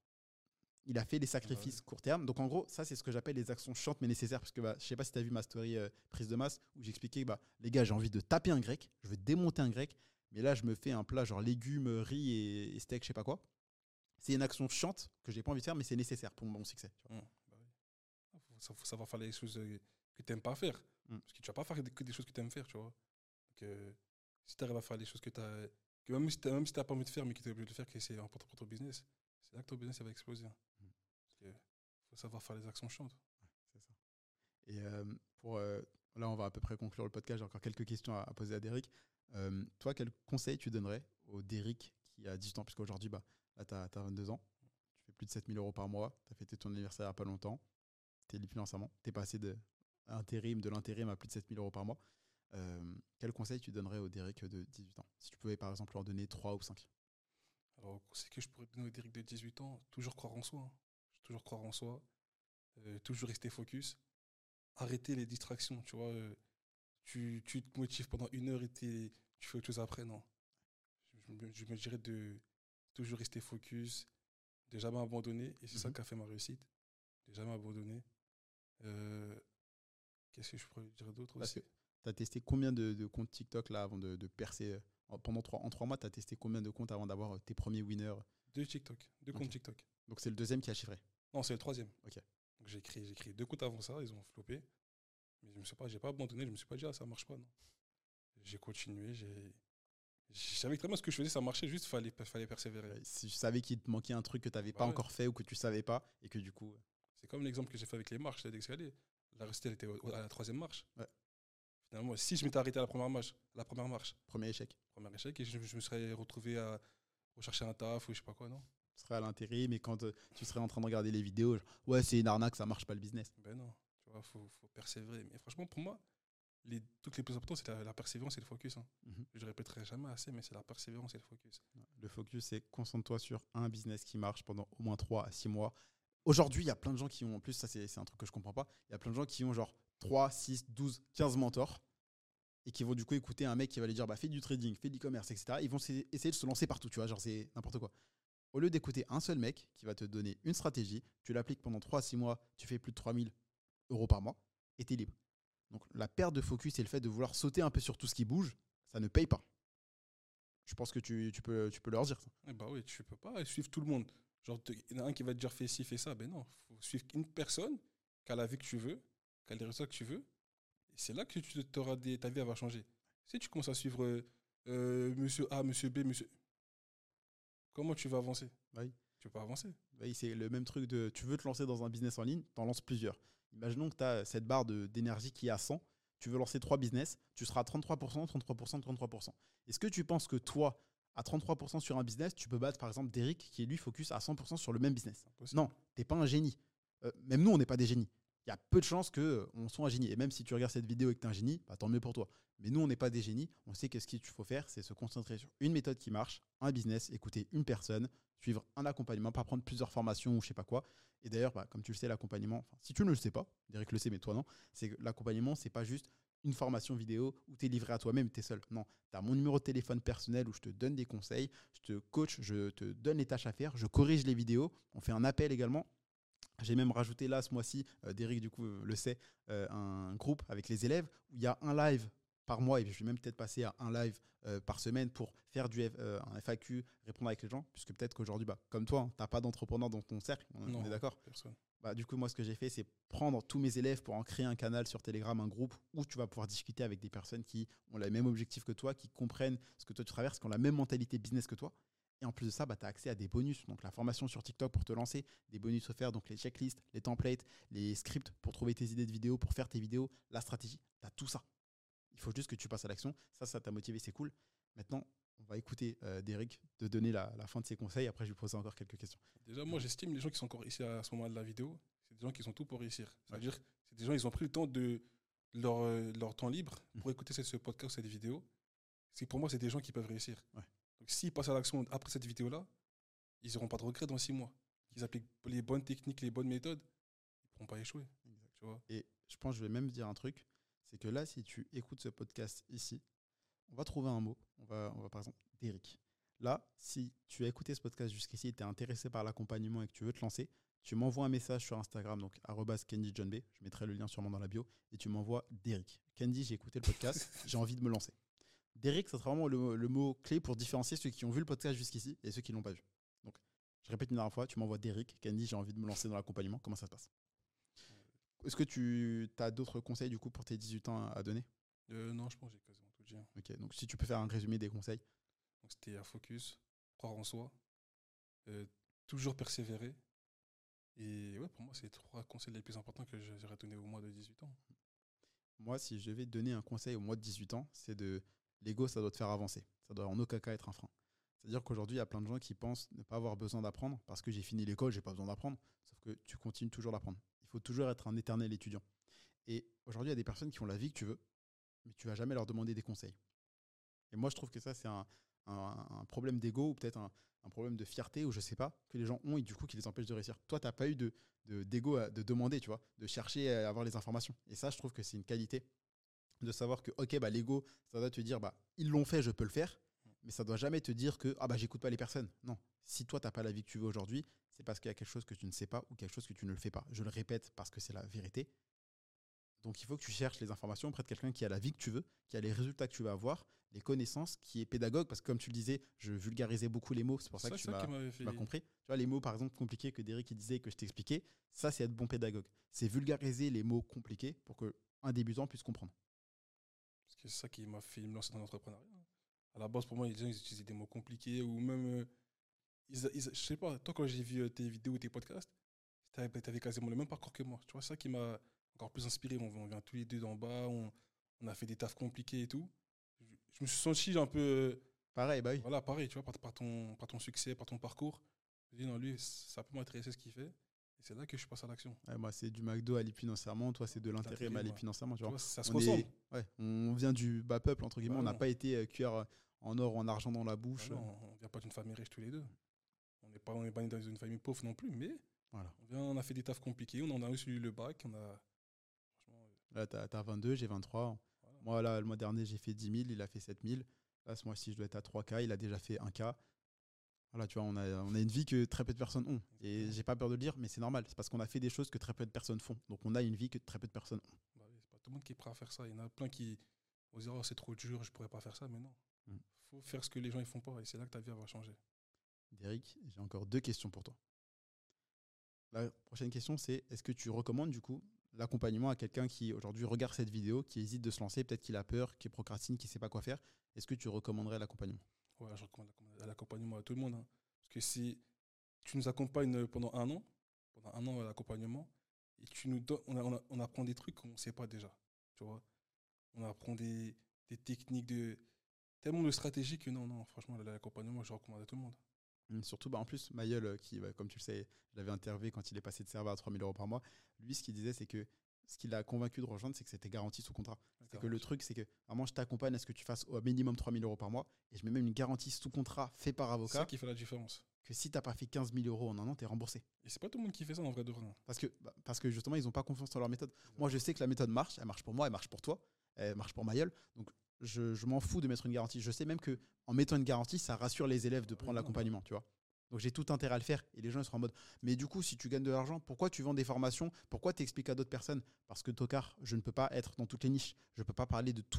Il a fait des sacrifices Ouais. court terme. Donc en gros, ça, c'est ce que j'appelle les actions chiantes mais nécessaires. Parce que bah, je sais pas si tu as vu ma story euh, prise de masse où j'expliquais bah, les gars, j'ai envie de taper un grec, je veux démonter un grec, mais là, je me fais un plat genre légumes, riz et, et steak, je sais pas quoi. C'est une action chiante que j'ai pas envie de faire, mais c'est nécessaire pour mon succès. Tu vois. Hum, bah oui. Il faut, faut savoir faire les choses euh, que tu n'aimes pas faire. Mm. Parce que tu vas pas faire des- que des choses que tu aimes faire, tu vois. Donc, euh, si tu arrives à faire les choses que tu as. Que même si tu n'as si t'as pas envie de faire, mais que tu es obligé de le faire, que c'est important pour ton business, c'est là que ton business ça va exploser. Hein. Mm. Parce que faut savoir faire les actions chiantes. C'est ça. Et euh, pour, euh, là, on va à peu près conclure le podcast. J'ai encore quelques questions à, à poser à Derrick. Euh, toi, quel conseil tu donnerais au Derrick qui a dix-huit ans? Puisqu'aujourd'hui, bah, là, tu as, vingt-deux ans. Tu fais plus de sept mille euros par mois. Tu as fêté ton anniversaire il n'y a pas longtemps. Tu es libre financièrement. Tu es passé de, intérim, de l'intérim à plus de sept mille euros par mois. Euh, quel conseil tu donnerais au Derrick de dix-huit ans? Si tu pouvais, par exemple, leur donner trois ou cinq. Alors, c'est que je pourrais donner au Derrick de dix-huit ans, toujours croire en soi. Hein. Toujours croire en soi. Euh, toujours rester focus. Arrêter les distractions, tu vois. euh, tu, tu te motives pendant une heure et t'es- tu fais autre chose après, non. Je, me- je me dirais de toujours rester focus, de jamais abandonner. Et c'est ça Mhm. qui a fait ma réussite. De jamais abandonner. Euh, Qu'est-ce que je pourrais dire d'autre Parce que aussi? tu as testé combien de, de comptes TikTok là avant de, de percer euh, en- pendant trois, en trois mois, tu as testé combien de comptes avant d'avoir euh, tes premiers winners? Deux TikTok, deux Ok. comptes TikTok. Donc c'est le deuxième qui a chiffré. Non, c'est le troisième. Ok. Donc j'ai créé, j'ai créé deux comptes avant ça, ils ont floppé. Mais je me suis pas, j'ai pas abandonné, je me suis pas dit, ah, ça marche pas, non. J'ai continué, j'ai. Je savais très bien ce que je faisais, ça marchait, juste fallait, fallait persévérer. Ouais, si je savais qu'il te manquait un truc que tu n'avais Bah pas ouais. encore fait ou que tu savais pas et que du coup. C'est comme l'exemple que j'ai fait avec les marches d'escalier. La réussite, elle était au- à la troisième marche. Ouais. Finalement, si je m'étais arrêté à la première marche, la première marche, Premier échec. premier échec, et je, je me serais retrouvé à rechercher un taf ou je sais pas quoi, non? Tu serais à l'intérim et quand euh, tu serais en train de regarder les vidéos, genre, ouais, c'est une arnaque, ça marche pas le business. Ben non, tu vois, faut, faut persévérer. Mais franchement, pour moi, les trucs les plus importants, c'est la, la persévérance et le focus. Hein. Mhm. Je le répéterai jamais assez, mais c'est la persévérance et le focus. Le focus, c'est concentre-toi sur un business qui marche pendant au moins trois à six mois. Aujourd'hui, il y a plein de gens qui ont, en plus, ça c'est c'est un truc que je comprends pas, il y a plein de gens qui ont genre trois, six, douze, quinze mentors et qui vont du coup écouter un mec qui va leur dire bah, fais du trading, fais de l'e-commerce, et cetera. Ils vont essayer de se lancer partout, tu vois, genre c'est n'importe quoi. Au lieu d'écouter un seul mec qui va te donner une stratégie, tu l'appliques pendant trois à six mois, tu fais plus de trois mille euros par mois et tu es libre. Donc la perte de focus et le fait de vouloir sauter un peu sur tout ce qui bouge, ça ne paye pas. Je pense que tu, tu peux, tu peux leur dire ça. Eh bah oui, tu peux pas suivre tout le monde. Genre, te- il y en a un qui va te dire fais ci, fais ça. Ben non, faut suivre une personne qui a la vie que tu veux, qui a les résultats que tu veux. Et c'est là que tu t'auras des, ta vie elle va changer. Si tu commences à suivre euh, euh, monsieur A, monsieur B, monsieur. Comment tu vas avancer? Oui. Tu peux pas avancer. Oui, c'est le même truc de tu veux te lancer dans un business en ligne, tu en lances plusieurs. Imaginons que tu as cette barre de- d'énergie qui est à cent, tu veux lancer trois business, tu seras à trente-trois pour cent, trente-trois pour cent, trente-trois pour cent. Est-ce que tu penses que toi, à trente-trois pour cent sur un business, tu peux battre par exemple Derrick qui est lui focus à cent pour cent sur le même business? Impossible. Non, tu n'es pas un génie. Euh, même nous, on n'est pas des génies. Il y a peu de chances qu'on soit un génie. Et même si tu regardes cette vidéo et que tu es un génie, bah, tant mieux pour toi. Mais nous, on n'est pas des génies. On sait que ce qu'il faut faire, c'est se concentrer sur une méthode qui marche, un business, écouter une personne, suivre un accompagnement, pas prendre plusieurs formations ou je sais pas quoi. Et d'ailleurs, bah, comme tu le sais, l'accompagnement, si tu ne le sais pas, Derrick le sait, mais toi non, c'est que l'accompagnement, c'est pas juste une formation vidéo où tu es livré à toi-même et tu es seul. Non, tu as mon numéro de téléphone personnel où je te donne des conseils, je te coach, je te donne les tâches à faire, je corrige les vidéos, on fait un appel également. J'ai même rajouté là ce mois-ci, euh, Derrick du coup euh, le sait, euh, un groupe avec les élèves où il y a un live par mois, et je vais même peut-être passer à un live euh, par semaine pour faire du F- euh, un F A Q, répondre avec les gens, puisque peut-être qu'aujourd'hui, bah, comme toi, tu n'as pas d'entrepreneur dans ton cercle, on, Non, on est d'accord. personne. Bah, du coup, moi, ce que j'ai fait, c'est prendre tous mes élèves pour en créer un canal sur Telegram, un groupe où tu vas pouvoir discuter avec des personnes qui ont le même objectif que toi, qui comprennent ce que toi tu traverses, qui ont la même mentalité business que toi. Et en plus de ça, bah, tu as accès à des bonus. Donc, la formation sur TikTok pour te lancer, des bonus offerts, donc les checklists, les templates, les scripts pour trouver tes idées de vidéos, pour faire tes vidéos, la stratégie. Tu as tout ça. Il faut juste que tu passes à l'action. Ça, ça t'a motivé, c'est cool. Maintenant, on va écouter euh, Derrick de donner la, la fin de ses conseils. Après, je vais lui poser encore quelques questions. Déjà, moi, j'estime les gens qui sont encore ici à ce moment de la vidéo, c'est des gens qui sont tout pour réussir. C'est-à-dire, c'est des gens, ils ont pris le temps de leur, euh, leur temps libre pour écouter cette, ce podcast, cette vidéo. C'est pour moi, c'est des gens qui peuvent réussir. Ouais. Donc, s'ils passent à l'action après cette vidéo-là, ils n'auront pas de regrets dans six mois. Qu'ils appliquent les bonnes techniques, les bonnes méthodes, ils ne pourront pas échouer. Tu vois. Et je pense que je vais même dire un truc, c'est que là, si tu écoutes ce podcast ici, on va trouver un mot. On va, on va par exemple, Derrick. Là, si tu as écouté ce podcast jusqu'ici et tu es intéressé par l'accompagnement et que tu veux te lancer, tu m'envoies un message sur Instagram, donc arobase kendy john b. Je mettrai le lien sûrement dans la bio. Et tu m'envoies Derrick. Kendy, j'ai écouté le podcast, j'ai envie de me lancer. Derrick, ça sera vraiment le, le mot clé pour différencier ceux qui ont vu le podcast jusqu'ici et ceux qui ne l'ont pas vu. Donc, je répète une dernière fois, tu m'envoies Derrick. Kendy, j'ai envie de me lancer dans l'accompagnement. Comment ça se passe? Est-ce que tu as d'autres conseils du coup pour tes dix-huit ans à donner? euh, Non, je pense que j'ai quasiment tout dit. Hein. Ok, donc si tu peux faire un résumé des conseils. Donc, c'était à focus, croire en soi, euh, toujours persévérer. Et ouais, pour moi, c'est les trois conseils les plus importants que j'aurais donné au mois de dix-huit ans. Moi, si je devais te donner un conseil au mois de dix-huit ans, c'est de l'ego, ça doit te faire avancer. Ça doit en aucun cas être un frein. C'est-à-dire qu'aujourd'hui, il y a plein de gens qui pensent ne pas avoir besoin d'apprendre parce que j'ai fini l'école, j'ai pas besoin d'apprendre. Sauf que tu continues toujours d'apprendre. Il faut toujours être un éternel étudiant. Et aujourd'hui, il y a des personnes qui ont la vie que tu veux, mais tu vas jamais leur demander des conseils. Et moi, je trouve que ça, c'est un, un, un problème d'ego ou peut-être un, un problème de fierté ou je sais pas, que les gens ont et du coup qui les empêche de réussir. Toi, tu n'as pas eu de, de, d'ego à- de demander, tu vois, de chercher à avoir les informations. Et ça, je trouve que c'est une qualité de savoir que, ok, bah, l'ego, ça doit te dire, bah, ils l'ont fait, je peux le faire, mais ça doit jamais te dire que, ah bah, j'écoute pas les personnes. Non. Si toi, tu n'as pas la vie que tu veux aujourd'hui, c'est parce qu'il y a quelque chose que tu ne sais pas ou quelque chose que tu ne le fais pas. Je le répète parce que c'est la vérité. Donc, il faut que tu cherches les informations auprès de quelqu'un qui a la vie que tu veux, qui a les résultats que tu vas avoir, les connaissances, qui est pédagogue. Parce que, comme tu le disais, je vulgarisais beaucoup les mots. C'est pour ça, C'est que tu ça m'as qui m'avait fait. tu m'as compris. Tu vois, les mots, par exemple, compliqués que Derrick il disait, que je t'expliquais, ça, c'est être bon pédagogue. C'est vulgariser les mots compliqués pour qu'un débutant puisse comprendre. Parce que c'est ça qui m'a fait me lancer dans l'entrepreneuriat. À la base, pour moi, les gens ils utilisaient des mots compliqués ou même. euh, ils, ils- je sais pas, toi, quand j'ai vu euh, tes vidéos, tes podcasts, tu avais quasiment le même parcours que moi. Tu vois, c'est ça qui m'a encore plus inspiré. On, on vient tous les deux d'en bas, on, on a fait des tafs compliqués et tout. Je, je me suis senti un peu. euh, Pareil, bah oui. Voilà, pareil, tu vois, par, par ton, par ton succès, par ton parcours. Je dis, non, lui, ça peut m'intéresser ce qu'il fait. Et c'est là que je passe à l'action. Ouais, moi, c'est du McDo à l'I P financièrement. Toi, c'est de l'intérim à L'intérim, l'I ouais. P financièrement. Tu Tu vois. vois, ça se On, ressemble. est, ouais, on vient du bas peuple, entre guillemets. Bah On n'a non. pas été euh, cuire euh, en or ou en argent dans la Bah bouche. non, on vient pas d'une famille riche tous les deux. On n'est pas, on n'est pas né dans une famille pauvre non plus, mais Voilà. on, vient, on a fait des tafs compliqués, on en a reçu le bac, on a. Franchement, Là, tu as vingt-deux, j'ai vingt-trois. voilà. Moi, là, le mois dernier, j'ai fait dix mille, il a fait sept mille. Là, ce mois-ci, je dois être à trois K, il a déjà fait un K. Voilà, tu vois, on a, on a une vie que très peu de personnes ont. Et j'ai pas peur de le dire, mais c'est normal. C'est parce qu'on a fait des choses que très peu de personnes font. Donc, on a une vie que très peu de personnes ont. Bah oui, c'est pas tout le monde qui est prêt à faire ça. Il y en a plein qui vont se dire, oh, c'est trop dur, je pourrais pas faire ça, mais non. Mm. Faut faire ce que les gens ils font pas, et c'est là que ta vie va changer. Derrick, j'ai encore deux questions pour toi. La prochaine question, c'est est-ce que tu recommandes du coup l'accompagnement à quelqu'un qui aujourd'hui regarde cette vidéo, qui hésite de se lancer, peut-être qu'il a peur, qui procrastine, qui ne sait pas quoi faire? Est-ce que tu recommanderais l'accompagnement? Ouais, je recommande l'accom- l'accompagnement à tout le monde. Hein. Parce que si tu nous accompagnes pendant un an, pendant un an à l'accompagnement, et tu nous donnes, on, a- on a- on apprend des trucs qu'on ne sait pas déjà. Tu vois, on apprend des, des techniques de tellement de stratégies que non, non, franchement, l'accompagnement, je recommande à tout le monde. Hum, Surtout, bah, en plus, Maïeul, euh, qui, bah, comme tu le sais, je l'avais interviewé quand il est passé de serveur à trois mille euros par mois. Lui, ce qu'il disait, c'est que ce qui l'a convaincu de rejoindre, c'est que c'était garanti sous contrat. C'est que le truc, c'est que vraiment, je t'accompagne à ce que tu fasses au minimum trois mille euros par mois. Et je mets même une garantie sous contrat fait par C'est avocat ça qui fait la différence. que si tu n'as pas fait quinze mille euros en un an, tu es remboursé. Et c'est pas tout le monde qui fait ça en vrai de vrai. Parce que, bah, parce que justement, ils n'ont pas confiance en leur méthode. Moi, je sais que la méthode marche. Elle marche pour moi, elle marche pour toi, elle marche pour Maïeul. Donc, je, je m'en fous de mettre une garantie. Je sais même que en mettant une garantie, ça rassure les élèves de prendre Oui, non, l'accompagnement, tu vois. Donc, j'ai tout intérêt à le faire. Et les gens ils seront en mode, mais du coup, si tu gagnes de l'argent, pourquoi tu vends des formations? Pourquoi tu expliques à d'autres personnes? Parce que, tocard, je ne peux pas être dans toutes les niches. Je ne peux pas parler de tout.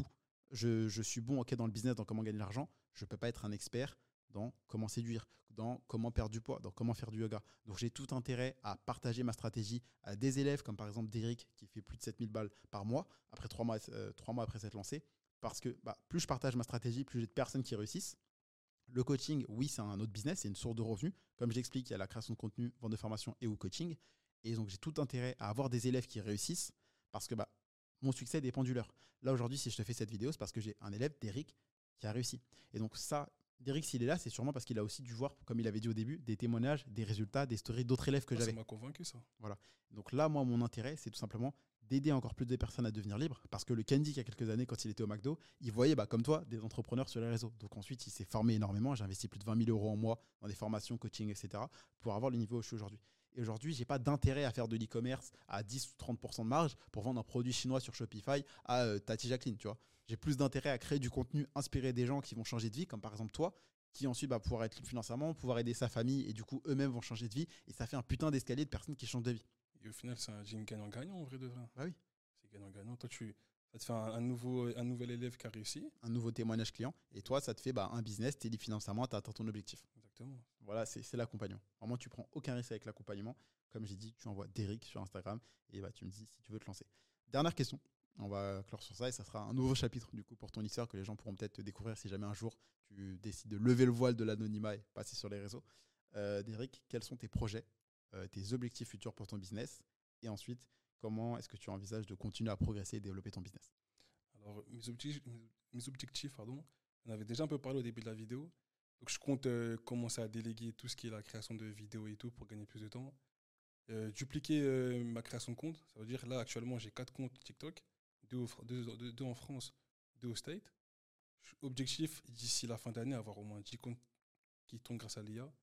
je, je suis bon okay, dans le business, dans comment gagner de l'argent. Je ne peux pas être un expert dans comment séduire, dans comment perdre du poids, dans comment faire du yoga. Donc, j'ai tout intérêt à partager ma stratégie à des élèves, comme par exemple Derrick, qui fait plus de sept mille balles par mois, après trois mois, euh, trois mois après s'être lancé. Parce que bah, plus je partage ma stratégie, plus j'ai de personnes qui réussissent. Le coaching, oui, c'est un autre business, c'est une source de revenus. Comme j'explique, il y a la création de contenu, vente de formation et ou coaching. Et donc, j'ai tout intérêt à avoir des élèves qui réussissent parce que bah, mon succès dépend du leur. Là, aujourd'hui, si je te fais cette vidéo, c'est parce que j'ai un élève, Derrick, qui a réussi. Et donc, ça, Derrick, s'il est là, c'est sûrement parce qu'il a aussi dû voir, comme il avait dit au début, des témoignages, des résultats, des stories d'autres élèves que Ah, j'avais. ça m'a convaincu, ça. Voilà. Donc là, moi, mon intérêt, c'est tout simplement d'aider encore plus de personnes à devenir libres. Parce que le Candy, il y a quelques années, quand il était au McDo, il voyait, bah, comme toi, des entrepreneurs sur les réseaux. Donc ensuite, il s'est formé énormément. J'ai investi plus de vingt mille euros en mois dans des formations, coaching, et cetera pour avoir le niveau où je suis aujourd'hui. Et aujourd'hui, je n'ai pas d'intérêt à faire de l'e-commerce à dix ou trente pour cent de marge pour vendre un produit chinois sur Shopify à euh, Tati Jacqueline, tu vois. J'ai plus d'intérêt à créer du contenu inspiré des gens qui vont changer de vie, comme par exemple toi, qui ensuite va pouvoir être libre financièrement, pouvoir aider sa famille et du coup, eux-mêmes vont changer de vie. Et ça fait un putain d'escalier de personnes qui changent de vie. Et au final, c'est un gym gagnant-gagnant, en vrai de vrai. Bah oui. C'est gagnant-gagnant. Toi, tu, ça te fait un, un, nouveau, un nouvel élève qui a réussi. Un nouveau témoignage client. Et toi, ça te fait bah, un business, tu es libre financièrement, tu as atteint ton objectif. Exactement. Voilà, c'est, c'est l'accompagnement. Vraiment, tu prends aucun risque avec l'accompagnement. Comme j'ai dit, tu envoies Derrick sur Instagram et bah, tu me dis si tu veux te lancer. Dernière question. On va clore sur ça et ça sera un nouveau chapitre du coup pour ton histoire que les gens pourront peut-être te découvrir si jamais un jour tu décides de lever le voile de l'anonymat et passer sur les réseaux. Euh, Derrick, quels sont tes projets, euh, tes objectifs futurs pour ton business? Et ensuite, comment est-ce que tu envisages de continuer à progresser et développer ton business? Alors, mes objectifs, mes objectifs pardon, on avait déjà un peu parlé au début de la vidéo. Donc, je compte euh, commencer à déléguer tout ce qui est la création de vidéos et tout pour gagner plus de temps. Euh, dupliquer euh, ma création de compte. Ça veut dire, là, actuellement, j'ai quatre comptes TikTok, deux, au, deux, deux, deux en France, deux au State. Objectif, d'ici la fin d'année, avoir au moins dix comptes qui tournent grâce à l'I A.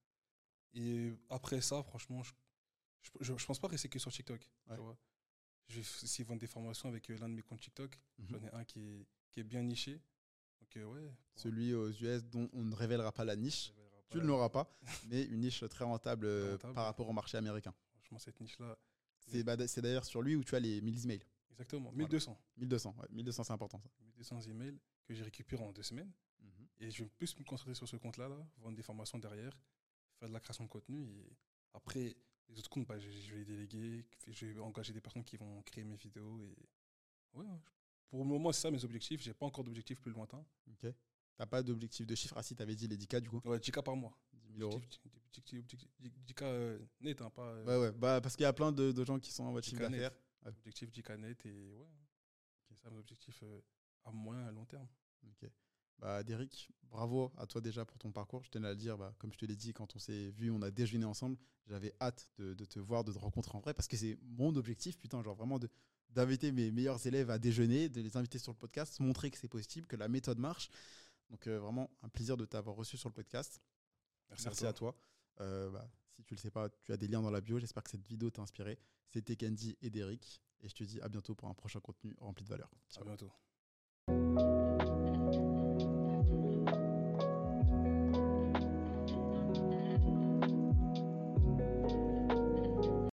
Et après ça, franchement, je je, je pense pas rester que sur TikTok. Ouais. Tu vois. Je vais aussi vendre des formations avec euh, l'un de mes comptes TikTok. Mm-hmm. J'en ai un qui est, qui est bien niché. Donc, euh, ouais. Celui aux U S dont on ne révélera pas la niche. Pas tu ne l'auras pas, mais une niche très rentable, euh, rentable, par rapport au marché américain. Franchement, cette niche-là. C'est, bah, c'est d'ailleurs sur lui où tu as les mille emails. Exactement, mille deux cents. Voilà. mille deux cents, ouais. mille deux cents, c'est important ça. mille deux cents emails que j'ai récupérés en deux semaines. Mm-hmm. Et je vais plus me concentrer sur ce compte-là, là, vendre des formations derrière, faire de la création de contenu. Et après, les autres comptes, bah, je, je vais les déléguer, je vais engager des personnes qui vont créer mes vidéos. Et ouais, pour le moment, c'est ça mes objectifs. J'ai pas encore d'objectifs plus lointains. Ok. T'as pas d'objectif de chiffre? Ah si, t'avais dit les dix K du coup. Ouais, dix K par mois. dix mille euros. dix K euh, net, hein, pas. Euh, ouais, ouais, bah, parce qu'il y a plein de, de gens qui sont en votre chiffre d'affaires. Ouais. Objectif dix K net et ouais. C'est ça mes objectifs euh, à moyen, à long terme. Ok. Bah, Derrick, bravo à toi déjà pour ton parcours. Je tenais à le dire, bah, comme je te l'ai dit, quand on s'est vu, on a déjeuné ensemble. J'avais hâte de, de te voir, de te rencontrer en vrai, parce que c'est mon objectif, putain, genre vraiment de, d'inviter mes meilleurs élèves à déjeuner, de les inviter sur le podcast, montrer que c'est possible, que la méthode marche. Donc euh, vraiment un plaisir de t'avoir reçu sur le podcast. Merci, Merci à toi. À toi. Euh, bah, si tu le sais pas, tu as des liens dans la bio. J'espère que cette vidéo t'a inspiré. C'était Candy et Derrick. Et je te dis à bientôt pour un prochain contenu rempli de valeur. À bientôt.